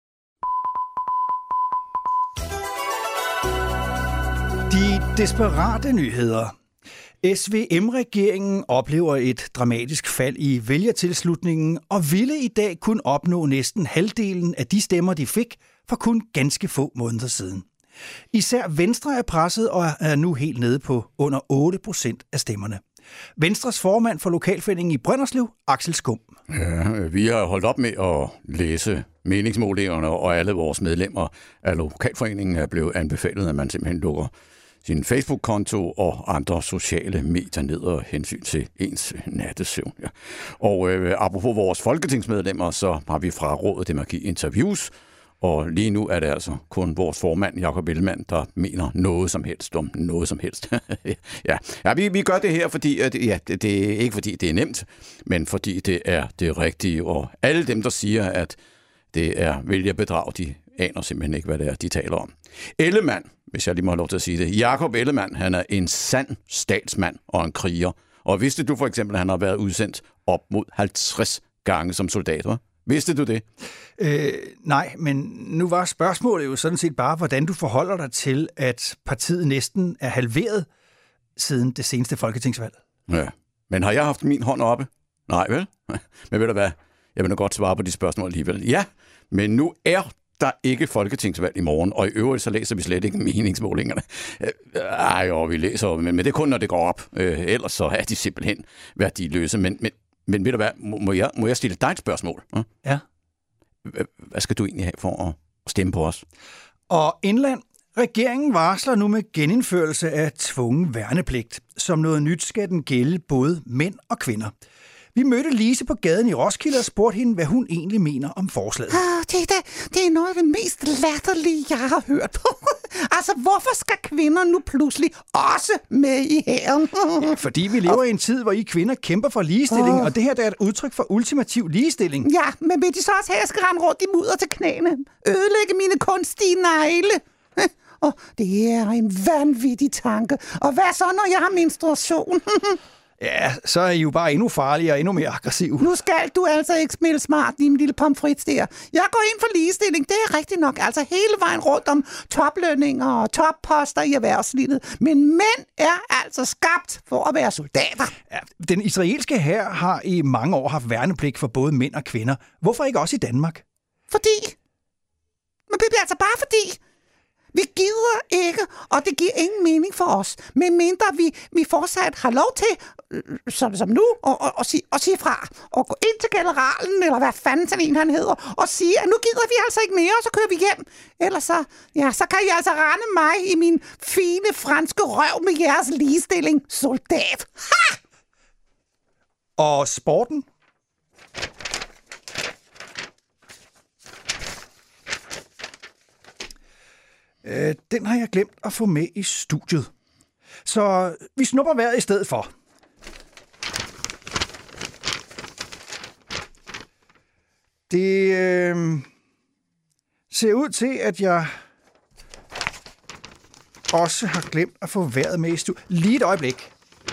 De desperate nyheder. SVM-regeringen oplever et dramatisk fald i vælgertilslutningen og ville i dag kun opnå næsten halvdelen af de stemmer, de fik for kun ganske få måneder siden. Især Venstre er presset og er nu helt nede på under 8% af stemmerne. Venstres formand for lokalforeningen i Brønderslev, Axel Skum. Ja, vi har holdt op med at læse meningsmålingerne, og alle vores medlemmer af lokalforeningen er blevet anbefalet, at man simpelthen lukker sin Facebook-konto og andre sociale medier ned og hensyn til ens nattesøvn. Ja. Og apropos vores folketingsmedlemmer, så har vi frarådet dem at give interviews, og lige nu er det altså kun vores formand, Jakob Ellemann, der mener noget som helst om noget som helst. ja, vi gør det her, fordi det er ikke fordi det er nemt, men fordi det er det rigtige, og alle dem, der siger, at det er vælgerbedrag, de aner simpelthen ikke, hvad det er, de taler om. Ellemann, hvis jeg lige må have lov til at sige det. Jakob Ellemann, han er en sand statsmand og en kriger. Og vidste du for eksempel, at han har været udsendt op mod 50 gange som soldat, hva'? Vidste du det? Nej, men nu var spørgsmålet jo sådan set bare, hvordan du forholder dig til, at partiet næsten er halveret siden det seneste folketingsvalg. Ja, men har jeg haft min hånd oppe? Nej, vel? Men ved du hvad? Jeg vil nu godt svare på de spørgsmål alligevel. Ja, men nu er der ikke folketingsvalg i morgen, og i øvrigt så læser vi slet ikke meningsmålingerne. Vi læser, men det er kun, når det går op. Ellers så er de simpelthen værdiløse. Men ved du hvad, må jeg stille dig et spørgsmål? Ja. Hvad skal du egentlig have for at stemme på os? Og indland. Regeringen varsler nu med genindførelse af tvungen værnepligt. Som noget nyt skal den gælde både mænd og kvinder. Vi mødte Lise på gaden i Roskilde og spurgte hende, hvad hun egentlig mener om forslaget. Det er noget af det mest latterlige, jeg har hørt på. Altså, hvorfor skal kvinder nu pludselig også med i hæren? Ja, fordi vi lever i en tid, hvor I kvinder kæmper for ligestilling, og det her der er et udtryk for ultimativ ligestilling. Ja, men vil de så også have, at jeg skal rende rundt i mudder til knæene? Ødelægge mine kunstige negle? Og det er en vanvittig tanke. Og hvad så, når jeg har menstruation? Ja, så er I jo bare endnu farligere og endnu mere aggressiv. Nu skal du altså ikke spille smart, din lille pomfrit der. Jeg går ind for ligestilling, det er rigtigt nok. Altså hele vejen rundt om toplønninger og topposter i erhvervslivet. Men mænd er altså skabt for at være soldater. Ja, den israelske hær har i mange år haft værnepligt for både mænd og kvinder. Hvorfor ikke også i Danmark? Fordi. Men det er altså bare fordi. Vi gider ikke, og det giver ingen mening for os, medmindre vi fortsat har lov til, som nu, at sige fra. Og gå ind til generalen, eller hvad fanden sådan en han hedder, og sige, at nu gider vi altså ikke mere, og så kører vi hjem. Ellers så kan I altså rende mig i min fine franske røv med jeres ligestilling, soldat. Ha! Og sporten? Den har jeg glemt at få med i studiet. Så vi snupper vejret i stedet for. Det ser ud til, at jeg også har glemt at få vejret med i studiet. Lige et øjeblik.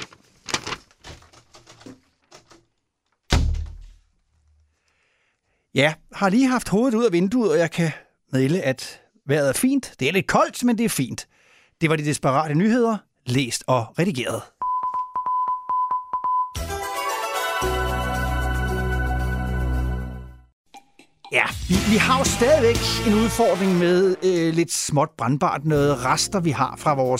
Ja, har lige haft hovedet ud af vinduet, og jeg kan meddele, at vejret er fint. Det er lidt koldt, men det er fint. Det var de desperate nyheder, læst og redigeret. Ja, vi har jo stadigvæk en udfordring med lidt småt brandbart. Noget rester, vi har fra vores,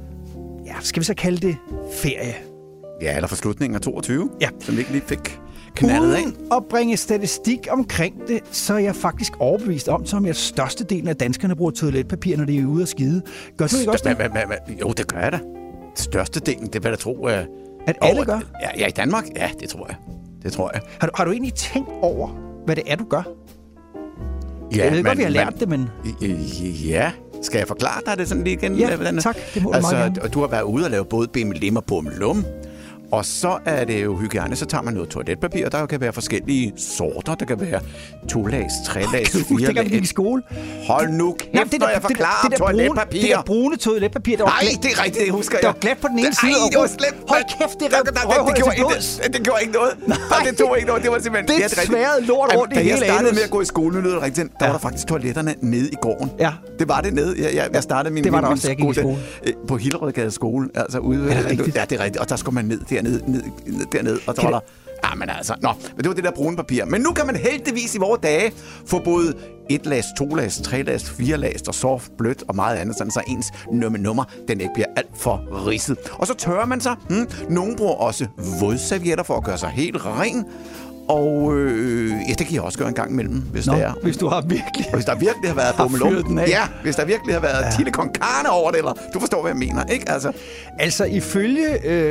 skal vi så kalde det ferie? Ja, eller fra slutningen af 22, ja. Som vi ikke lige fik knaldet af. Uden at bringe statistik omkring det, så er jeg faktisk overbevist om, som at størstedelen af danskerne bruger toiletpapir, når de er ude at skide. Gør du ikke også det? Jo, det gør jeg da. Størstedelen, det vil jeg tro. At alle gør? Ja, i Danmark? Ja, det tror jeg. Har du egentlig tænkt over, hvad det er, du gør? Ja, jeg ved godt, vi har lært det, men... Ja, skal jeg forklare dig det sådan lige igen? Ja, tak. Det må du meget gerne. Du har været ude og lave både bimmelim og bummelum. Og så er det jo hygiejne, så tager man noget toiletpapir, og der kan være forskellige sorter. Der kan være 2-lags, 3-lags, 4-lags. I skole. Hold nu kæft, når jeg forklarer toiletpapir. Det der brune toiletpapir, der var glat. Nej, det er rigtigt, det husker jeg. Der var glat på den ene side. Nej, det var slemt. Hold kæft, det gjorde ikke noget. Det tog ikke noget. Det var simpelthen... Det sværede lort rundt i hele Da jeg startede med at gå i skole, nu lød det rigtigt, der var der faktisk toiletterne nede i gården. Ja. Det var det nede. Jeg startede min skole på Hillerødgade skole. Altså ude. Ja, det er rigtigt. Og der skulle man ned dernede, og så var der... Ja, men altså... Nå, men det var det der brune papir. Men nu kan man heldigvis i vores dage få både 1-lags, 2-lags, 3-lags, 4-lags og soft, blødt og meget andet, sådan så ens nummer, den ikke bliver alt for ridset. Og så tørrer man sig. Nogle bruger også vådservietter for at gøre sig helt ren. Og ja, det kan jeg også gøre en gang imellem, hvis det er. Hvis du har virkelig... Hvis der virkelig har været bummelum. Ja, hvis der virkelig har været Tille con Carne over det, eller du forstår, hvad jeg mener, ikke? Altså ifølge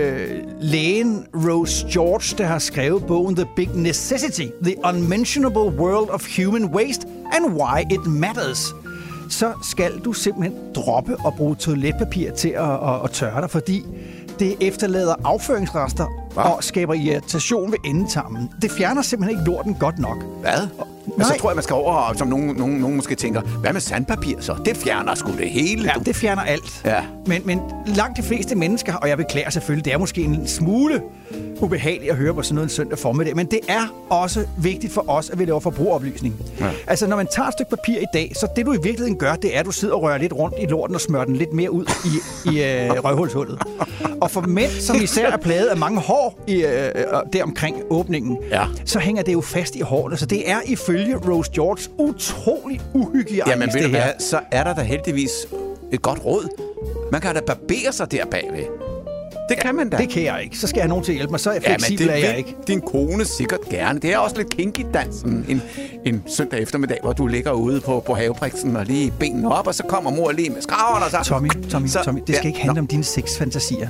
lægen Rose George, der har skrevet bogen The Big Necessity, The Unmentionable World of Human Waste and Why It Matters, så skal du simpelthen droppe at bruge toiletpapir til at tørre dig, fordi det efterlader afføringsrester og skaber irritation ved endetarmen. Det fjerner simpelthen ikke lorten godt nok. Hvad? Men så tror jeg, man skal over, som nogen måske tænker, hvad med sandpapir så? Det fjerner sgu det hele. Ja, det fjerner alt. Ja. Men langt de fleste mennesker, og jeg beklager selvfølgelig, det er måske en smule ubehageligt at høre på sådan noget en søndag formiddag, men det er også vigtigt for os, at vi laver forbrugeroplysning. Ja. Altså, når man tager et stykke papir i dag, så det du i virkeligheden gør, det er, at du sidder og rører lidt rundt i lorten og smører den lidt mere ud i røvhulshullet. Og for mænd, som især er plaget af mange hår der omkring åbningen, så hænger det jo fast i hårene. Så det er ifølge Rose George utrolig uhygiejnisk. Jamen ved du hvad, så er der da heldigvis et godt råd. Man kan da barbere sig der bagved. Det kan man da. Det kan jeg ikke. Så skal jeg have nogen til at hjælpe mig. Så er jeg fleksibel, er jeg ikke. Din kone sikkert gerne. Det er også lidt kinky dans en søndag eftermiddag, hvor du ligger ude på havepriksen og lige benene op, og så kommer mor lige med skraverne og så... Tommy, det skal ikke handle om dine sexfantasier.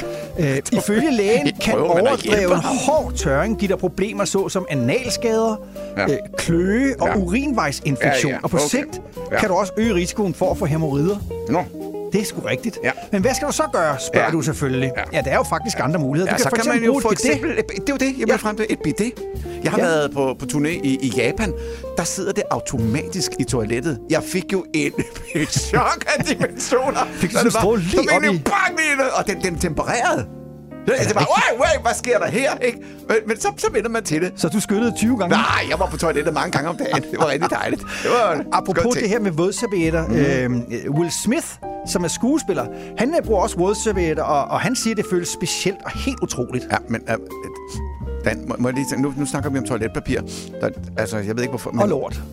Ifølge lægen kan overdreven hård tørring give dig problemer såsom analskader, kløe og urinvejsinfektion. Og på sigt kan du også øge risikoen for at få hæmorrider. Det er sgu rigtigt. Ja. Men hvad skal du så gøre, spørger du selvfølgelig. Ja, der er jo faktisk andre muligheder. Ja, så kan man jo for eksempel... Det er jo det, jeg vil frem til. Et bidet. Jeg har været på turné i Japan. Der sidder det automatisk i toilettet. Jeg fik jo et chok af dimensioner. Fik du stråle lige op i... Og den tempererede. Det var, hvad sker der her? Ikke? Men så vender man til det. Så du skyllede 20 gange? Nej, jeg var på toilettet mange gange om dagen. Det var rigtig dejligt. Det var apropos det her med vådservietter. Will Smith, som er skuespiller, han bruger også vådservietter, og han siger, det føles specielt og helt utroligt. Ja, men Dan, må jeg lige tænke, nu snakker vi om toiletpapir. Altså, jeg ved ikke hvorfor. Men, og lort.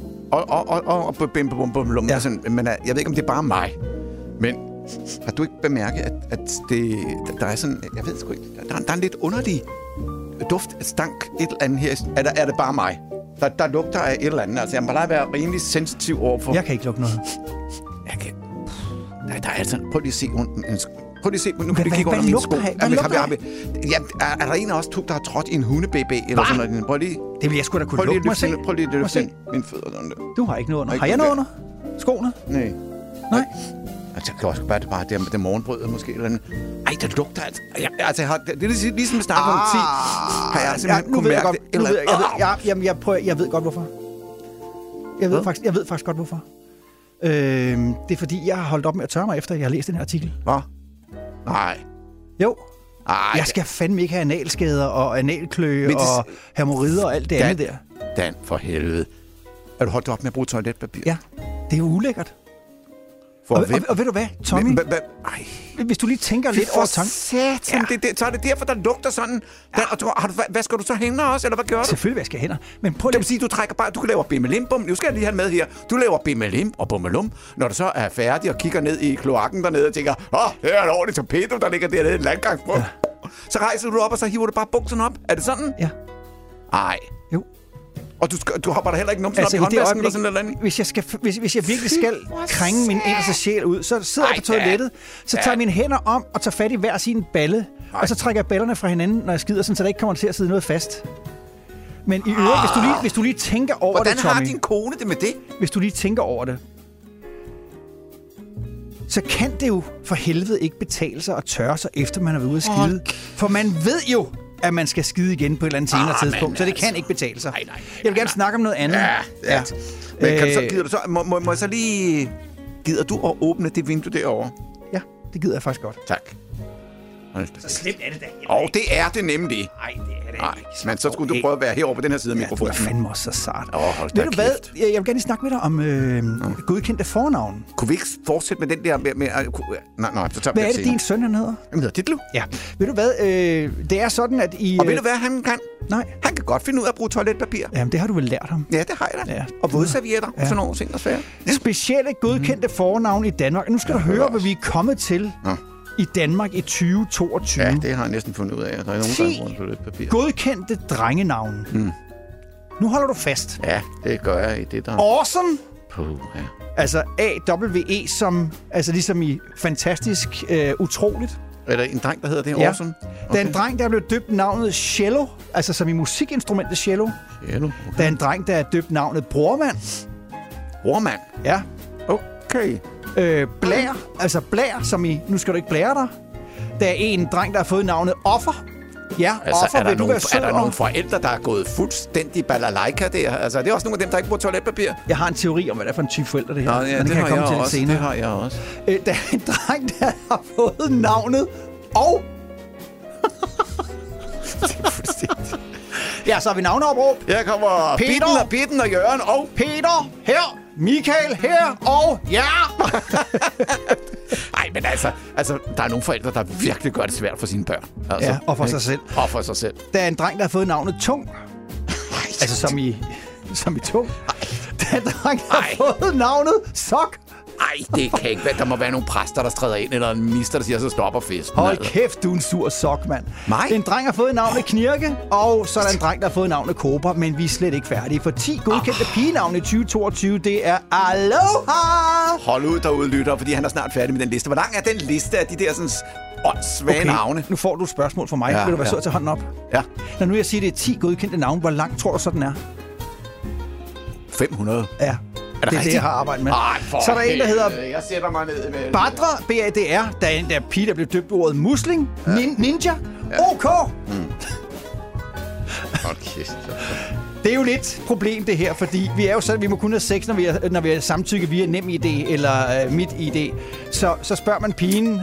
Og bum. Ja. Men jeg ved ikke, om det er bare mig. Men har du ikke bemærket, at der er sådan... Jeg ved sgu ikke. Der er en lidt underlig duft, stank, et eller andet her. Er det bare mig? Der lugter af et eller andet. Altså, jeg må bare være rimelig sensitiv overfor... Jeg kan ikke lugte noget. Jeg kan... Der er altså... Prøv lige at se rundt. Prøv lige at se. Nu kan du kigge under min sko. Hvad lugter af? Er der en af os to, der har trådt i en hundebaby eller sådan noget? Prøv lige... Det vil jeg sgu da kunne lugte mig se. Prøv lige at løfte mine fødder. Du har ikke noget under. Har jeg noget under? Skoene? Nej. Altså, jeg kan også bare det morgenbrød måske eller andet. Ej, det lugter altså. Det er ligesom at snakke om 10. Har jeg simpelthen kunne mærke det? Jeg ved godt hvorfor. Jeg ved faktisk godt hvorfor. Det er fordi, jeg har holdt op med at tørre mig, efter jeg har læst den her artikel. Hvad? Nej. Jo. Jeg skal fandme ikke have analskader og analkløe og hæmorrider og alt det andet der. Dan, for helvede. Er du holdt op med at bruge toiletpapir? Ja, det er jo ulækkert. Og ved du hvad, Tommy? Hvis du lige tænker lidt over tanken. Så er det derfor, der lugter sådan. Hvad skal du så hænder også, eller hvad gør du? Selvfølgelig vasker hænder. Men prøv det vil sige, du trækker bare, du kan lave bimmelim-bum. Nu skal jeg lige have med her. Du laver bimmelim og bummelum. Når du så er færdig og kigger ned i kloakken dernede og tænker, det er et ordentligt torpedo, der ligger dernede i et landgangsbrug. Så rejser du op, og så hiver du bare bukserne op. Er det sådan? Ja. Nej. Jo. Og du hopper der heller ikke numsen op i håndvasken eller sådan noget andet? Hvis jeg virkelig skal krænge min inderste sjæl ud, så sidder jeg på toilettet, så tager jeg mine hænder om og tager fat i hver sin balle, og så trækker jeg ballerne fra hinanden, når jeg skider, sådan, så der ikke kommer til at sidde noget fast. Men i øvrigt, hvis du lige tænker over Hvordan det, Tommy... Hvordan har din kone det med det? Hvis du lige tænker over det, så kan det jo for helvede ikke betale sig at tørre sig, efter man har været ude at skide. For man ved jo, at man skal skide igen på et eller andet senere tidspunkt, så det kan ikke betale sig. Nej. Jeg vil gerne snakke om noget andet. Ja. Men må jeg så lige... Gider du at åbne det vindue derovre? Ja, det gider jeg faktisk godt. Tak. Så slemt er det da. Det er det nemlig. Nej, det er det ikke. Men så skulle du prøve at være herovre på den her side af mikrofonen. Det er fandme også så sart. Ved du hvad? Jeg vil gerne snakke med dig om godkendte fornavn. Kunne vi ikke fortsætte med den der med nej, så tager vi hvad er det, din søn han hedder? Han hedder Ditlev. Ja. Ved du hvad? Det er sådan, at Og ved du hvad han kan? Nej. Han kan godt finde ud af at bruge toiletpapir. Jamen, det har du vel lært ham? Ja, det har jeg da. Ja. Og vådservietter og sådan nogle ting og svære. Ja. Specielle godkendte fornavn i Danmark. Nu skal du høre, hvad vi er kommet til. I Danmark i 2022. Ja, det har jeg næsten fundet ud af. Der er nogen, der bruger toiletpapir. Godkendte drengenavne. Nu holder du fast. Ja, det gør jeg i det der. Awesome. Ja. Altså A-W-E som, altså ligesom i fantastisk, utroligt. Er der en dreng, der hedder det? Awesome? Okay. Der er en dreng, der er blevet døbt navnet cello, altså som i musikinstrumentet cello. Okay. Der er en dreng, der er døbt navnet brormand. Brormand? Ja. Okay. Blær, altså blær, som i, nu skal du ikke blære dig. Der er en dreng, der har fået navnet Offer. Ja, altså, Offer, vil du være sød? Er der nogle forældre, der er gået fuldstændig balalaika der? Altså, det er også nogle af dem, der ikke bruger toiletpapir. Jeg har en teori om, hvad det er for en type forældre, det her. Nå, ja, det har jeg også. Det har jeg også. Der er en dreng, der har fået navnet og... Det er fuldstændig... Ja, så har vi navneopråb. Her kommer Bitten og Jørgen og... Peter her, Michael her og ja! Nej, men altså, der er nogle forældre, der virkelig gør det svært for sine børn. Altså, ja, og for sig selv. Og for sig selv. Der er en dreng, der har fået navnet Tung. Altså som i tung. Der er en dreng, der har fået navnet Sok. Ej, det kan ikke være. Der må være nogle præster, der træder ind, eller en minister, der siger, så stopper festen. Hold kæft, du er en sur sok, mand. Nej. En dreng har fået navnet Knirke, og så er der en dreng, der har fået navnet Kobra, men vi er slet ikke færdige. For 10 godkendte pigenavne i 2022, det er Aloha! Hold ud derude, lytter, fordi han er snart færdig med den liste. Hvor lang er den liste af de der sådan åndssvage navne? Nu får du et spørgsmål fra mig. Vil du være sød til hånden op? Ja. Når nu jeg siger, det er 10 godkendte navne, hvor langt tror du så, den er? 500. Ja. Det er det, jeg har arbejdet med. Så er der en, der hedder... Jeg sætter mig ned med... Badra, B-A-D-R. Der er en der pige, der blev døbt ordet musling. Ninja. OK. Okay. Det er jo lidt problem, det her, fordi vi er jo sådan, vi må kun have sex, når vi har samtykke via NemID eller MitID. Så spørger man pigen...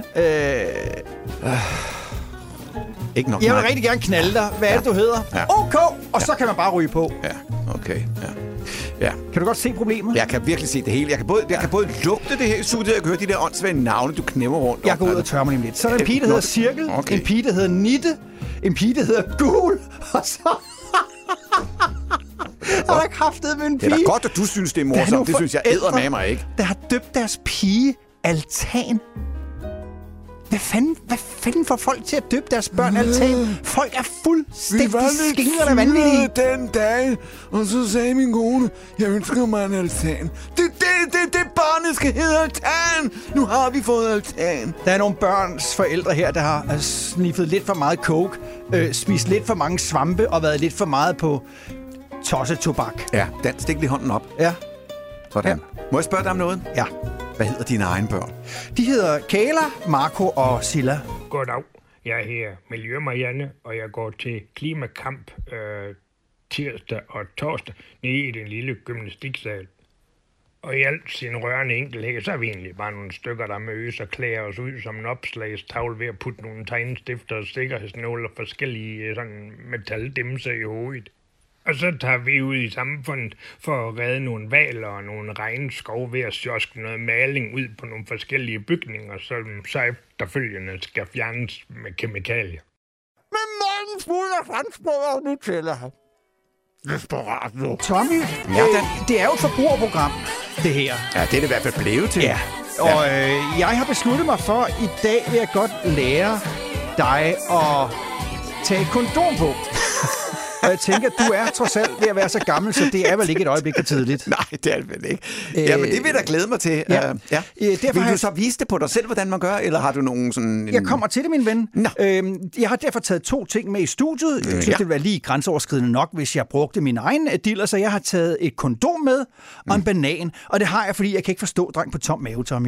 Ikke nok. Jeg vil rigtig gerne knalde dig. Hvad er det, du hedder? Ja. OK. Og så kan man bare ryge på. Ja, okay. Ja. Kan du godt se problemet? Jeg kan virkelig se det hele. Jeg kan både lugte det her i studiet, jeg kan høre de der åndssvage navne, du knæmmer rundt. Jeg går ud og tørrer mig lige lidt. Så er der en pige, der hedder Cirkel. Okay. En pige, der hedder Nitte. En pige, der hedder Gul. Og så... Og der kraftet med en pige. Det er da godt, at du synes, det er morsomt. Det synes jeg eddermame mig ikke. Der har døbt deres pige Altan. Hvad fanden får folk til at døbe deres børn Altan? Folk er fuldstændig skingerne og vanvittige. Den dag, og så sagde min kone, jeg ønsker mig en altan. Det barnet skal hedde Altan. Nu har vi fået altan. Der er nogle børns forældre her, der har sniffet lidt for meget coke, spist lidt for mange svampe og været lidt for meget på tossetobak. Ja, Dan, stik lige hånden op. Ja. Sådan. Ja. Må jeg spørge dig om noget? Ja. Hvad hedder dine egne børn? De hedder Kayla, Marco og Silla. Goddag. Jeg hedder Miljø Marianne, og jeg går til klimakamp tirsdag og torsdag nede i den lille gymnastiksal. Og i alt sin rørende enkelhed, så er vi egentlig bare nogle stykker, der mødes og klæder os ud som en opslagstavle ved at putte nogle tegnestifter og sikkerhedsnåle og forskellige sådan metaldimser i hovedet. Og så tager vi ud i samfundet for at redde nogle valer og nogle regnskov ved at sjoske noget maling ud på nogle forskellige bygninger, som så efterfølgende skal fjernes med kemikalier. Men manden fuld af franskbrød og Nutella. Desperatno. Tommy, det er jo et forbrugerprogram, det her. Ja, det er det i hvert fald blevet til. Ja, og jeg har besluttet mig for, i dag vil jeg godt lære dig at tage kondom på. Og jeg tænker, at du er trods alt ved at være så gammel, så det er vel ikke et øjeblik for tidligt. Nej, det er det vel ikke. Jamen, det vil jeg da glæde mig til. Ja. Vil du så vise det på dig selv, hvordan man gør, eller har du nogen sådan... Jeg kommer til det, min ven. Jeg har derfor taget 2 ting med i studiet. Jeg synes, det ville være lige grænseoverskridende nok, hvis jeg brugte min egen diller, så jeg har taget et kondom med og en banan. Og det har jeg, fordi jeg kan ikke forstå dreng på tom mave, Tommy.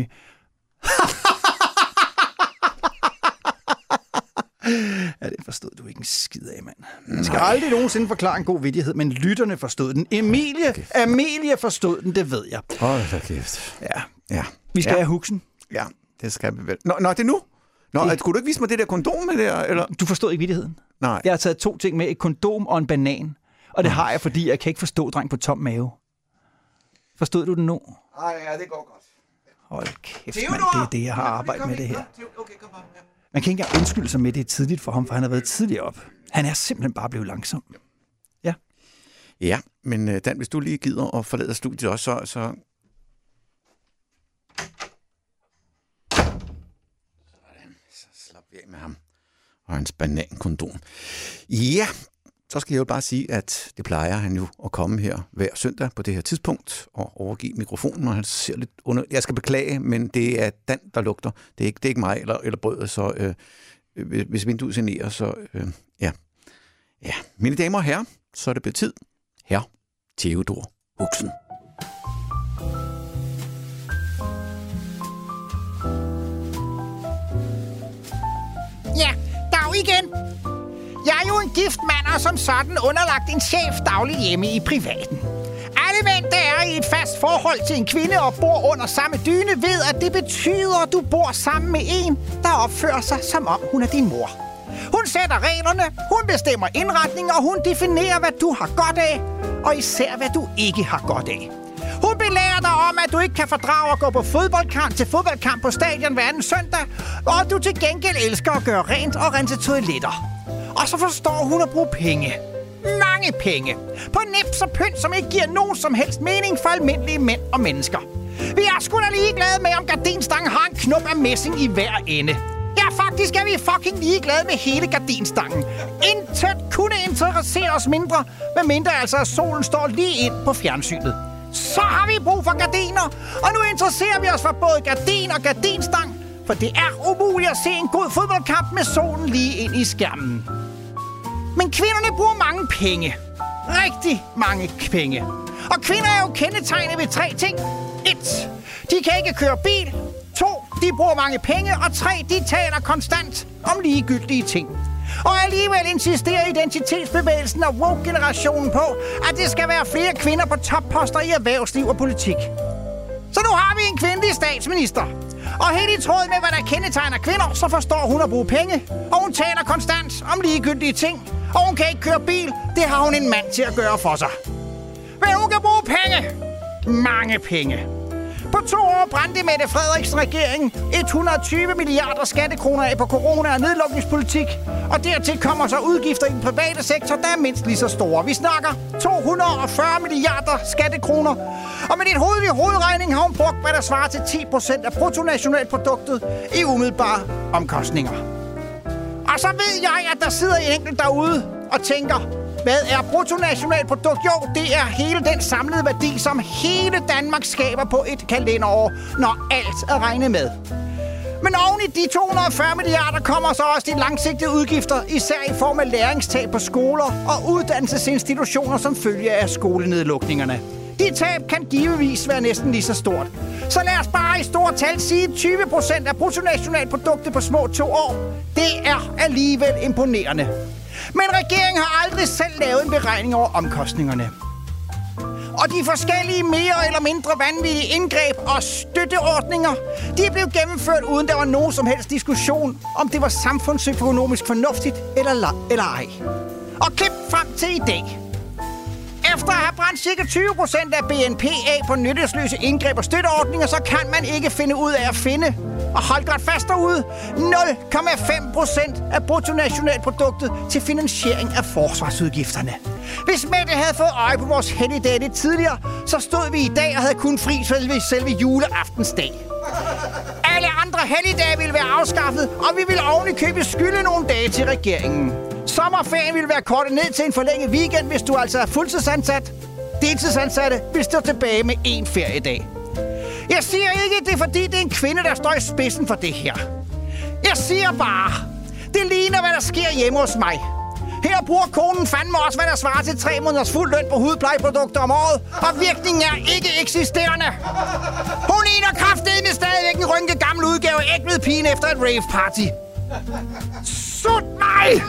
Ja, det forstod du ikke en skid af, mand. Man skal aldrig nogensinde forklare en god vittighed, men lytterne forstod den. Amelie forstod den, det ved jeg. Hold da kæft. Ja. Vi skal have huksen. Ja, det skal vi vel. Nå, det er nu? Skulle du ikke vise mig det der kondom med der? Eller? Du forstod ikke vittigheden. Nej. Jeg har taget 2 ting med, et kondom og en banan. Og det har jeg, fordi jeg kan ikke forstå dreng på tom mave. Forstod du den nu? Nej, ja, det går godt. Hold kæft, mand, det er det, jeg har arbejdet med det her. Okay, kom bare. Ja. Man kan ikke engang undskylde sig med, det er tidligt for ham, for han har været tidligere op. Han er simpelthen bare blevet langsom. Ja. Ja, men Dan, hvis du lige gider at forlade studiet også, så... Sådan, så slap vi af med ham. Og hans banankondom. Ja, så skal jeg jo bare sige, at det plejer han jo at komme her hver søndag på det her tidspunkt og overgive mikrofonen, og han ser lidt under... Jeg skal beklage, men det er Dan, der lugter. Det er ikke mig eller brødet, så hvis vinduet generer, så ja. Mine damer og herrer, så er det blevet tid. Herre Theodor Huxen. Ja, dag igen. Jeg er jo en gift mand, og som sådan underlagt en chef dagligt hjemme i privaten. Alle mænd, der er i et fast forhold til en kvinde og bor under samme dyne, ved, at det betyder, at du bor sammen med en, der opfører sig, som om hun er din mor. Hun sætter reglerne, hun bestemmer indretning, og hun definerer, hvad du har godt af, og især, hvad du ikke har godt af. Hun belærer dig om, at du ikke kan fordrage at gå på fodboldkamp på stadion hver anden søndag, og at du til gengæld elsker at gøre rent og rense toiletter. Og så forstår hun at bruge penge. Mange penge. På nips og pynt, som ikke giver nogen som helst mening for almindelige mænd og mennesker. Vi er sgu da ligeglade med, om gardinstangen har en knop af messing i hver ende. Ja, faktisk er vi fucking ligeglade med hele gardinstangen. Intet kunne interessere os mindre, medmindre altså, at solen står lige ind på fjernsynet. Så har vi brug for gardiner, og nu interesserer vi os for både gardin og gardinstang, for det er umuligt at se en god fodboldkamp med solen lige ind i skærmen. Men kvinderne bruger mange penge. Rigtig mange penge. Og kvinder er jo kendetegnet ved 3 ting. 1. De kan ikke køre bil. 2. De bruger mange penge. Og 3. De taler konstant om ligegyldige ting. Og alligevel insisterer identitetsbevægelsen og woke-generationen på, at det skal være flere kvinder på topposter i erhvervsliv og politik. Så nu har vi en kvindelig statsminister. Og helt i tråd med, hvad der kendetegner kvinder, så forstår hun at bruge penge. Og hun taler konstant om ligegyldige ting. Og hun kan ikke køre bil. Det har hun en mand til at gøre for sig. Men hun kan bruge penge. Mange penge. På 2 år brændte Mette Frederiksen regering 120 milliarder skattekroner af på corona- og nedlukningspolitik. Og dertil kommer så udgifter i den private sektor, der er mindst lige så store. Vi snakker 240 milliarder skattekroner. Og med dit hovedregning har hun brugt, hvad der svarer til 10% af bruttonationalproduktet i umiddelbare omkostninger. Og så ved jeg, at der sidder en enkelt derude og tænker, hvad er bruttonationalprodukt? Jo, det er hele den samlede værdi, som hele Danmark skaber på et kalenderår, når alt er regnet med. Men oven i de 240 milliarder kommer så også de langsigtede udgifter, især i form af læringstab på skoler og uddannelsesinstitutioner som følge af skolenedlukningerne. De tab kan givetvis være næsten lige så stort. Så lad os bare i store tal sige 20% af bruttonationalproduktet på små 2 år. Det er alligevel imponerende. Men regeringen har aldrig selv lavet en beregning over omkostningerne. Og de forskellige mere eller mindre vanvittige indgreb og støtteordninger, de blev gennemført uden der var nogen som helst diskussion, om det var samfundsøkonomisk fornuftigt eller ej. Og klip frem til i dag. Efter at have brændt ca. 20% af BNP af på nyttesløse indgreb og støtteordninger, så kan man ikke finde ud af at finde, og hold godt fast derude, 0,5% af bruttonationalproduktet til finansiering af forsvarsudgifterne. Hvis Mette havde fået øje på vores helligdag lidt tidligere, så stod vi i dag og havde kun fri selve juleaftensdag. Alle andre helligdage ville være afskaffet, og vi ville oven i købet skylde nogle dage til regeringen. Sommerferien vil være kortet ned til en forlænget weekend, hvis du altså er fuldtidsansat. Deltidsansatte vil stå tilbage med 1 feriedag. Jeg siger ikke, det er fordi, det er en kvinde, der står i spidsen for det her. Jeg siger bare, det ligner, hvad der sker hjemme hos mig. Her bruger konen fandme også, hvad der svarer til 3 måneders fuld løn på hudplejeprodukter om året, og virkningen er ikke eksisterende. Hun ligner kraftedeme stadigvæk en rynket gammel udgave af Ægved-pigen efter et rave-party. Sut mig!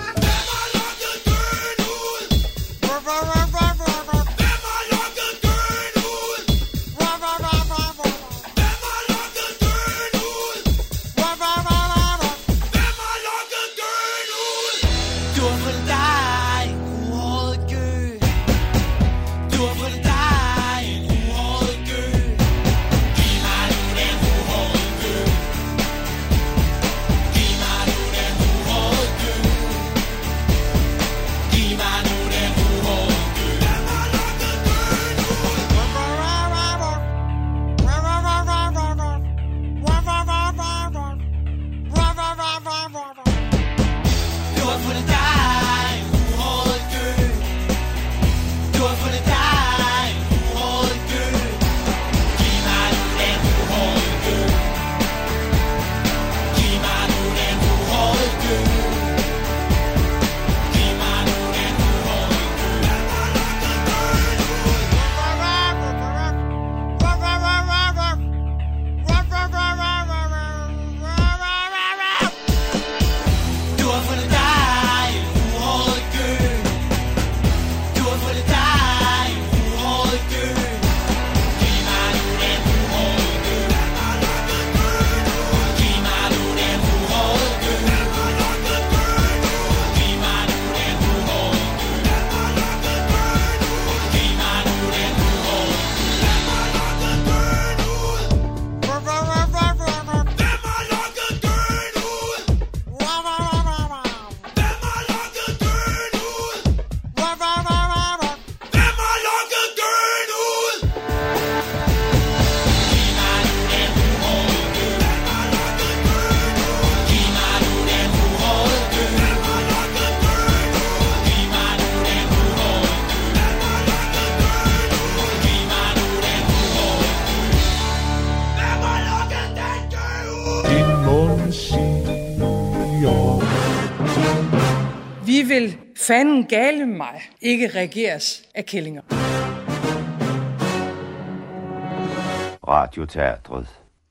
Vi vil fanden gale mig ikke regeres af kællinger. Radioteatret.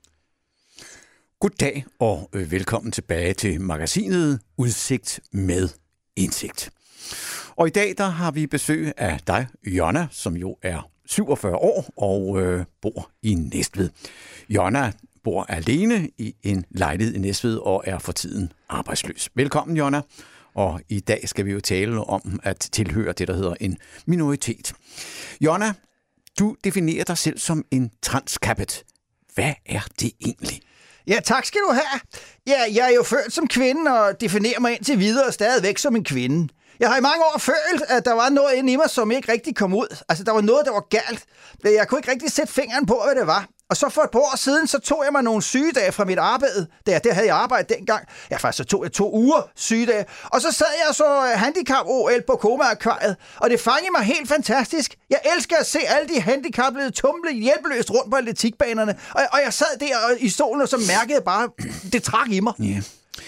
Goddag og velkommen tilbage til magasinet Udsigt med indsigt. Og i dag der har vi besøg af dig, Jonna, som jo er 47 år og bor i Næstved. Jonna bor alene i en lejlighed i Næstved og er for tiden arbejdsløs. Velkommen, Jonna. Og i dag skal vi jo tale om at tilhøre det, der hedder en minoritet. Jonna, du definerer dig selv som en transkappet. Hvad er det egentlig? Ja, tak skal du have. Ja, jeg er jo født som kvinde og definerer mig indtil videre stadigvæk som en kvinde. Jeg har i mange år følt, at der var noget inde i mig, som ikke rigtig kom ud. Altså, der var noget, der var galt. Jeg kunne ikke rigtig sætte fingeren på, hvad det var. Og så for et par år siden, så tog jeg mig nogle sygedage fra mit arbejde. Der havde jeg arbejdet dengang. Ja, faktisk så tog jeg 2 uger sygedage. Og så sad jeg så handicap-OL på Koma-akvariet. Og det fangede mig helt fantastisk. Jeg elsker at se alle de handicappede tumle hjælpeløst rundt på atletikbanerne. Og jeg sad der i stolen, og så mærkede jeg bare, det trak i mig. Ja.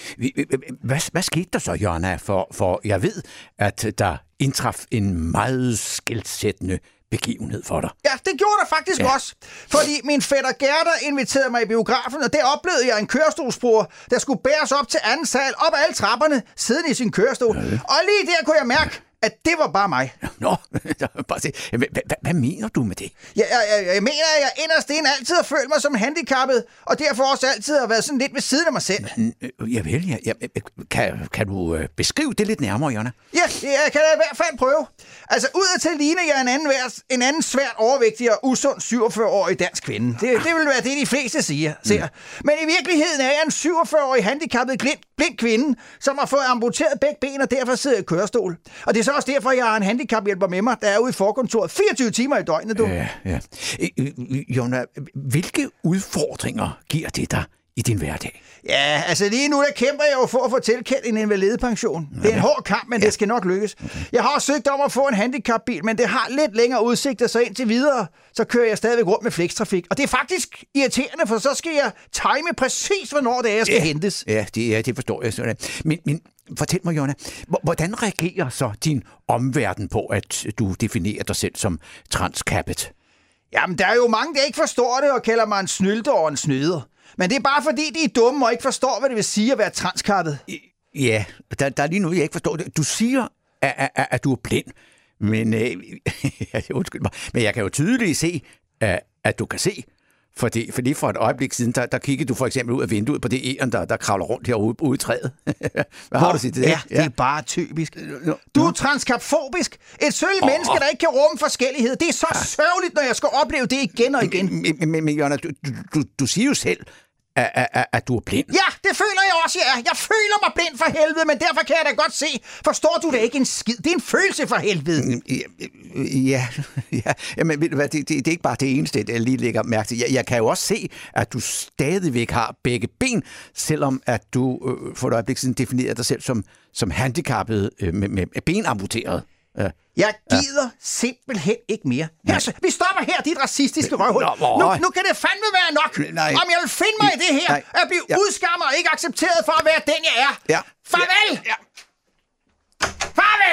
Hvad skete der så, Jonna? For jeg ved, at der indtraf en meget skelsættende begivenhed for dig. Ja, det gjorde der faktisk også. Fordi min fætter Gerda inviterede mig i biografen, og der oplevede jeg en kørestolsbruger, der skulle bæres op til anden sal, op ad alle trapperne, siden i sin kørestol. Ja. Og lige der kunne jeg mærke, at det var bare mig. Nå, bare se. Hvad mener du med det? Jeg mener, at jeg inderst inde altid har følt mig som handicappet, og derfor også altid har været sådan lidt ved siden af mig selv. Javel, ja. Kan du beskrive det lidt nærmere, Jonna? Ja, jeg kan da i hvert fald prøve. Altså, udadtil ligner jeg en anden svært overvægtig og usund 47-årig dansk kvinde. Det vil være det, de fleste siger. Men i virkeligheden er jeg en 47-årig handicappet blind kvinde, som har fået amputeret begge ben, og derfor sidder i kørestol. Og det er så også derfor, jeg har en handicaphjælper med mig, der er ude i forkontoret 24 timer i døgnet, du. Ja. Jonna, hvilke udfordringer giver det dig i din hverdag? Ja, altså lige nu der kæmper jeg jo for at få tilkendt en invalidepension. Det er en hård kamp, men det skal nok lykkes. Okay. Jeg har også søgt om at få en handicapbil, men det har lidt længere udsigter, så indtil videre, så kører jeg stadigvæk rundt med flextrafik. Og det er faktisk irriterende, for så skal jeg time præcis, hvornår det er, jeg skal hentes. Ja, det forstår jeg sådan. Men fortæl mig, Jonna, hvordan reagerer så din omverden på, at du definerer dig selv som transkappet? Jamen, der er jo mange, der ikke forstår det og kalder mig en snylter og en snyder. Men det er bare fordi, de er dumme og ikke forstår, hvad det vil sige at være transkappet. Ja, der er lige noget, jeg ikke forstår. Du siger, at du er blind, men undskyld mig, men jeg kan jo tydeligt se, at du kan se. Fordi for et øjeblik siden, der kiggede du for eksempel ud af vinduet på det æren, der kravler rundt herude ude i træet. Hvad har du sagt til det? Ja, det er bare typisk. Du er transkapfobisk. Et sølv menneske, der ikke kan rumme forskellighed. Det er så sørgeligt, når jeg skal opleve det igen og igen. Men Jonna, du siger jo selv, at du er blind. Ja, det føler jeg også, ja. Jeg føler mig blind for helvede, men derfor kan jeg da godt se. Forstår du det ikke en skid? Det er en følelse for helvede. Ja, men ved du hvad, det er ikke bare det eneste, jeg lige lægger mærke til. Jeg kan jo også se, at du stadigvæk har begge ben, selvom at du for et øjeblik siden definerer dig selv som handicappet med ben amputeret. Jeg gider simpelthen ikke mere. Her, vi stopper her, dit racistiske røvhul. Nu kan det fandme være nok. Om jeg vil finde mig i det her, at blive udskammet og ikke accepteret for at være den, jeg er. Ja. Farvel! Ja. Farvel!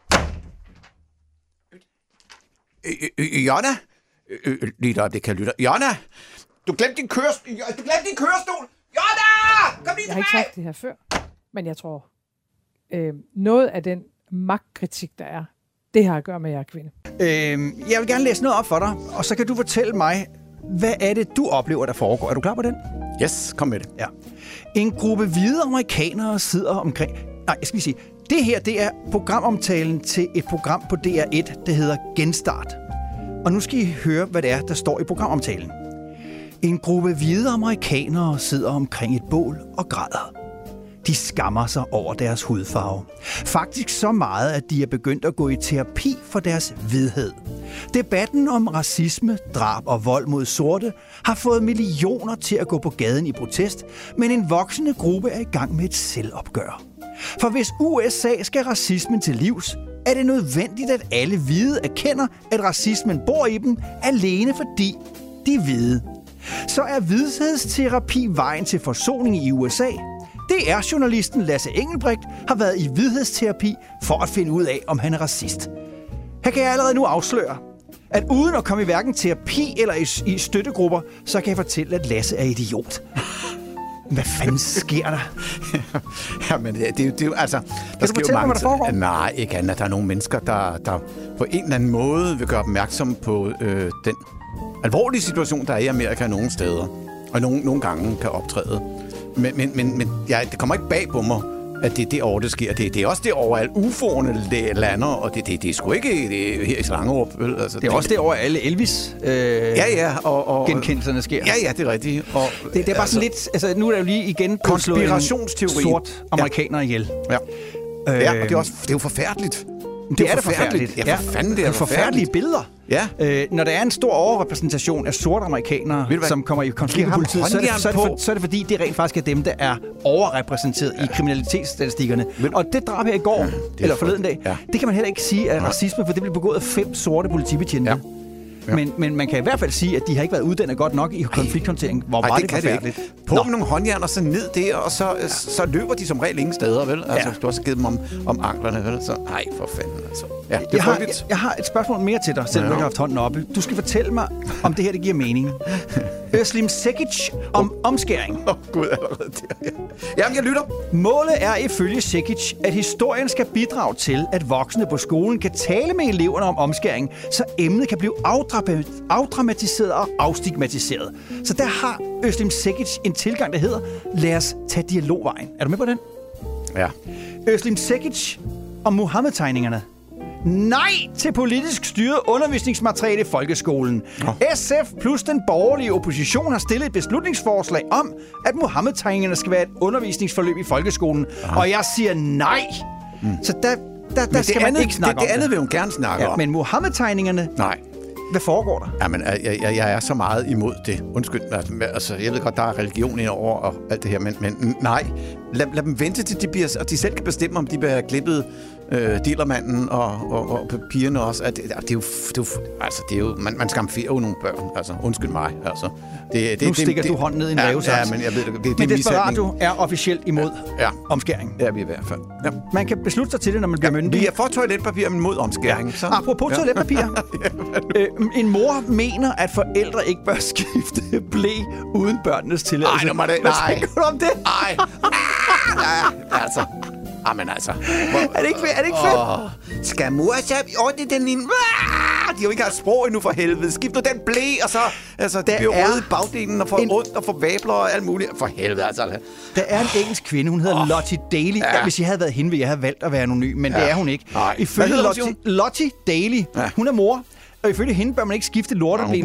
Jonna? Lige der, det kan lytte. Jonna! Du glemte din kørestol! Jonna! Kom lige tilbage! Jeg har ikke sagt det her før, men jeg tror, noget af den magtkritik, der er, det har at gøre med, at jeg er kvinde. Jeg vil gerne læse noget op for dig, og så kan du fortælle mig, hvad er det, du oplever, der foregår? Er du klar på den? Yes, kom med det. Ja. En gruppe hvide amerikanere sidder omkring... Nej, jeg skal lige sige... Det her, det er programomtalen til et program på DR1, der hedder Genstart. Og nu skal I høre, hvad det er, der står i programomtalen. En gruppe hvide amerikanere sidder omkring et bål og græder. De skammer sig over deres hudfarve. Faktisk så meget, at de er begyndt at gå i terapi for deres hvidhed. Debatten om racisme, drab og vold mod sorte har fået millioner til at gå på gaden i protest, men en voksende gruppe er i gang med et selvopgør. For hvis USA skal racismen til livs, er det nødvendigt, at alle hvide erkender, at racismen bor i dem, alene fordi de er hvide. Så er hvidhedsterapi vejen til forsoning i USA. DR-journalisten Lasse Engelbrecht har været i hvidhedsterapi for at finde ud af, om han er racist. Her kan jeg allerede nu afsløre, at uden at komme i hverken terapi eller i støttegrupper, så kan jeg fortælle, at Lasse er idiot. Hvad fanden sker der? Jamen, det er jo altså... Kan du fortælle mig, hvad der foregår? Nej, ikke andet. Der er nogle mennesker, der på en eller anden måde vil gøre opmærksom på den alvorlige situation, der er i Amerika nogle steder. Og nogle gange kan optræde. Men det kommer ikke bag på mig, at det er derovre, det sker. Det er også derovre, alle UFO'erne lander, og det er sgu ikke her i Slangerup. Altså, det er også derovre, alle Elvis og genkendelserne sker. Ja, det er rigtigt. Og, det er bare sådan lidt... Altså, nu er der jo lige igen konspirationsteori. Sort amerikaner ihjel. Ja, og det er jo forfærdeligt. Det er det forfærdeligt. Ja, for fanden, det er forfærdelige billeder. Ja. Når der er en stor overrepræsentation af sorte amerikanere, som kommer i konflikt med politiet, så er det fordi, det rent faktisk er dem, der er overrepræsenteret i kriminalitetsstatistikkerne. Og det drab her i går, eller forleden dag, det kan man heller ikke sige er racisme, for det blev begået af 5 sorte politibetjente. Ja. Men man kan i hvert fald sige, at de har ikke været uddannet godt nok i konflikthåndtering. Hvor var det forfærdeligt. På med nogle håndjern og så ned der, og så løber de som regel ingen steder, vel? Altså, du har også givet dem om anklerne, vel? Så nej, for fanden, altså. Ja, det er jeg har et spørgsmål mere til dig, selvom du har haft hånden oppe. Du skal fortælle mig, om det her, det giver mening. Özlem Cekic om omskæring. Gud, allerede der. Jamen, jeg lytter. Målet er ifølge Cekic, at historien skal bidrage til, at voksne på skolen kan tale med eleverne om omskæring, så emnet kan blive afdramatiseret og afstigmatiseret. Så der har Özlem Cekic en tilgang, der hedder, lad os tage dialogvejen. Er du med på den? Ja. Özlem Cekic om Muhammed-tegningerne. Nej til politisk styret undervisningsmateriale i folkeskolen. SF plus den borgerlige opposition har stillet et beslutningsforslag om, at Muhammed-tegningerne skal være et undervisningsforløb i folkeskolen. Og jeg siger nej. Så der skal man ikke snakke om det. Det andet vil hun gerne snakke om. Men Muhammed-tegningerne... Nej. Hvad foregår der? Jamen, jeg er så meget imod det. Undskyld. Altså, jeg ved godt, der er religion indover og alt det her, men nej. Lad dem vente til de selv kan bestemme, om de bliver klippet dealermanden og pigerne også. Det er jo man skamferer jo nogle børn. Altså, undskyld mig. Altså, nu stikker du hånden ned i en rævesaks. Ja, men jeg ved det. Men Desperado er officielt imod omskæring. Det er vi i hvert fald. Ja. Man kan beslutte sig til det, når man bliver myndig. Vi er for toiletpapir, men mod omskæring. Så. Apropos toiletpapir. En mor mener, at forældre ikke bør skifte ble uden børnenes tilladelse. Nej, hvad tænker du om det? Nej. Altså. Jamen altså. Er det ikke fedt? Skal mor så ordne den ind? De har jo ikke haft sprog endnu for helvede. Skift nu den blæ, og så det bliver røde i bagdelen og får ondt og får vabler og alt muligt. For helvede altså. Der er en engelsk kvinde, hun hedder Lottie Daly. Ja. Hvis jeg havde været hende, ville jeg have valgt at være anonym, men det er hun ikke. Ifølge Lottie Daly, hun er mor, og ifølge hende bør man ikke skifte lorteblæen,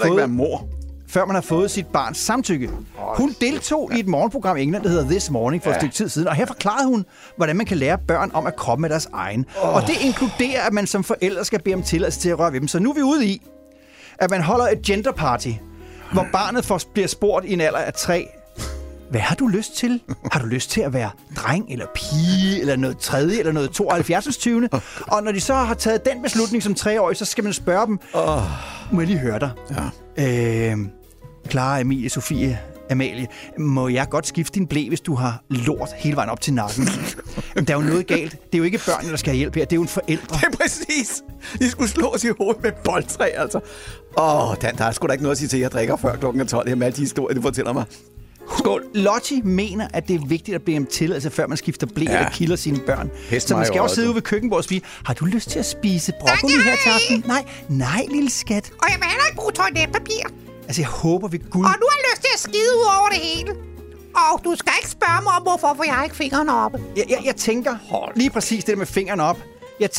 før man har fået sit barns samtykke. Hun deltog i et morgenprogram i England, der hedder This Morning, for et stykke tid siden, og her forklarede hun, hvordan man kan lære børn om at komme med deres egen. Og det inkluderer, at man som forældre skal bede om tilladelse til at røre ved dem. Så nu er vi ude i, at man holder et gender party, hvor barnet bliver spurgt i en alder af 3. Hvad har du lyst til? Har du lyst til at være dreng eller pige, eller noget tredje, eller noget 72. 20. Og når de så har taget den beslutning som 3-årige, så skal man spørge dem, må jeg lige høre dig? Ja. Clara, Emilie, Sofie, Amalie, må jeg godt skifte din ble, hvis du har lort hele vejen op til nakken? Men der er jo noget galt. Det er jo ikke børnene, der skal have hjælp her. Det er jo en forældre. Det er præcis. De skulle slå os i hovedet med boldtræ, altså. Der er sgu da ikke noget at sige til, at jeg drikker før klokken 12. Her med alle de historier, du fortæller mig. Skål. Lottie mener, at det er vigtigt at bede om tilladelse, før man skifter ble eller kilder sine børn. Så man skal også sidde ude ved køkkenbordet og sige, har du lyst til at spise broccoli her til aften? Nej, lille skat. Og jeg vil heller ikke bruge toiletpapir. Altså, jeg håber ved Gud... Og du har lyst til at skide ud over det hele. Og du skal ikke spørge mig om, hvorfor, for jeg har ikke fingrene oppe. Jeg tænker lige præcis det der med fingrene op. Jeg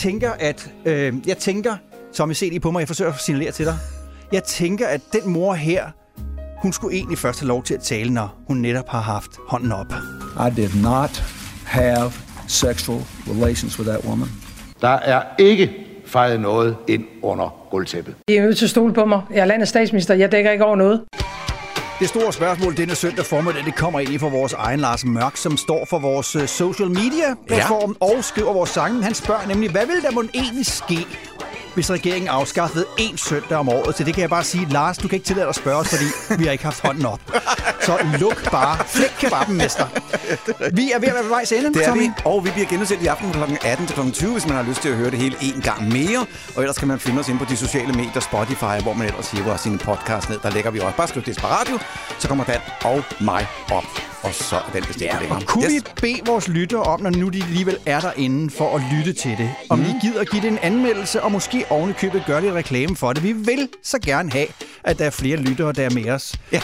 tænker, som I ser lige på mig, jeg forsøger at signalere til dig. Jeg tænker, at den mor her, hun skulle egentlig først have lov til at tale, når hun netop har haft hånden op. I did not have sexual relations with that woman. Der er ikke fejret noget ind under gulvtæppet. I er nødt til at stole på mig. Jeg er landets statsminister. Jeg dækker ikke over noget. Det store spørgsmål denne søndag formiddag, det kommer ind i fra vores egen Lars Mørk, som står for vores social media platform og skriver vores sange. Han spørger nemlig, hvad vil der mon egentlig ske, hvis regeringen afskaffede en søndag om året? Så det kan jeg bare sige, Lars, du kan ikke tillade dig at spørge os, fordi vi har ikke haft hånden op. Så luk bare. Flæk kebaben, mester. Vi er ved at være ved vejs ende, det er vi, og vi bliver genudsendt i aften kl. 18 til kl. 20, hvis man har lyst til at høre det hele en gang mere. Og ellers kan man finde os ind på de sociale medier, Spotify, hvor man ellers hiver sine podcast ned. Der lægger vi også. Bare skriv Desperado, så kommer Dan og mig op. Og så er den bestemt længere. Og kunne vi bede vores lyttere om, når nu de alligevel er derinde for at lytte til det, om I gider give det en anmeldelse, og måske ovenikøbet gøre lidt reklame for det. Vi vil så gerne have, at der er flere lyttere, der er med os. Ja.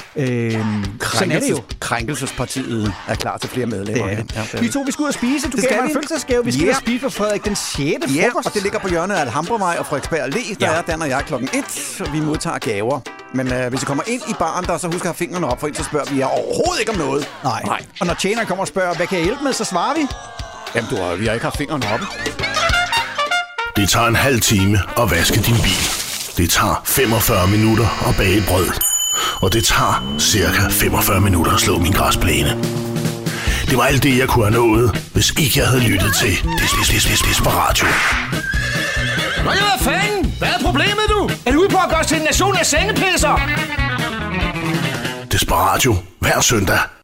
Sådan er det jo. Krænkelsespartiet er klar til flere medlemmer. Vi skal ud og spise. Du gav mig en fødselsdagsgave. Vi skal spise på Frederik den 6. frokost. Og det ligger på hjørnet af Alhambravej og Frederiksberg Allé. Der er Dan og jeg klokken 1, så vi modtager gaver. Men hvis I kommer ind i baren, der så husk at have fingrene op, for ellers så spørger vi jer overhovedet ikke om noget. Nej. Og når tjeneren kommer og spørger, hvad kan jeg hjælpe med, så svarer vi. Jamen, vi har ikke haft fingrene oppe. Det tager en halv time at vaske din bil. Det tager 45 minutter at bage brød. Og det tager cirka 45 minutter at slå min græsplæne. Det var alt det, jeg kunne have nået, hvis ikke jeg havde lyttet til Desperado. Hvad fanden? Hvad er problemet, du? Er du ude på at gøre os til en nation af sengepisser? Desperado hver søndag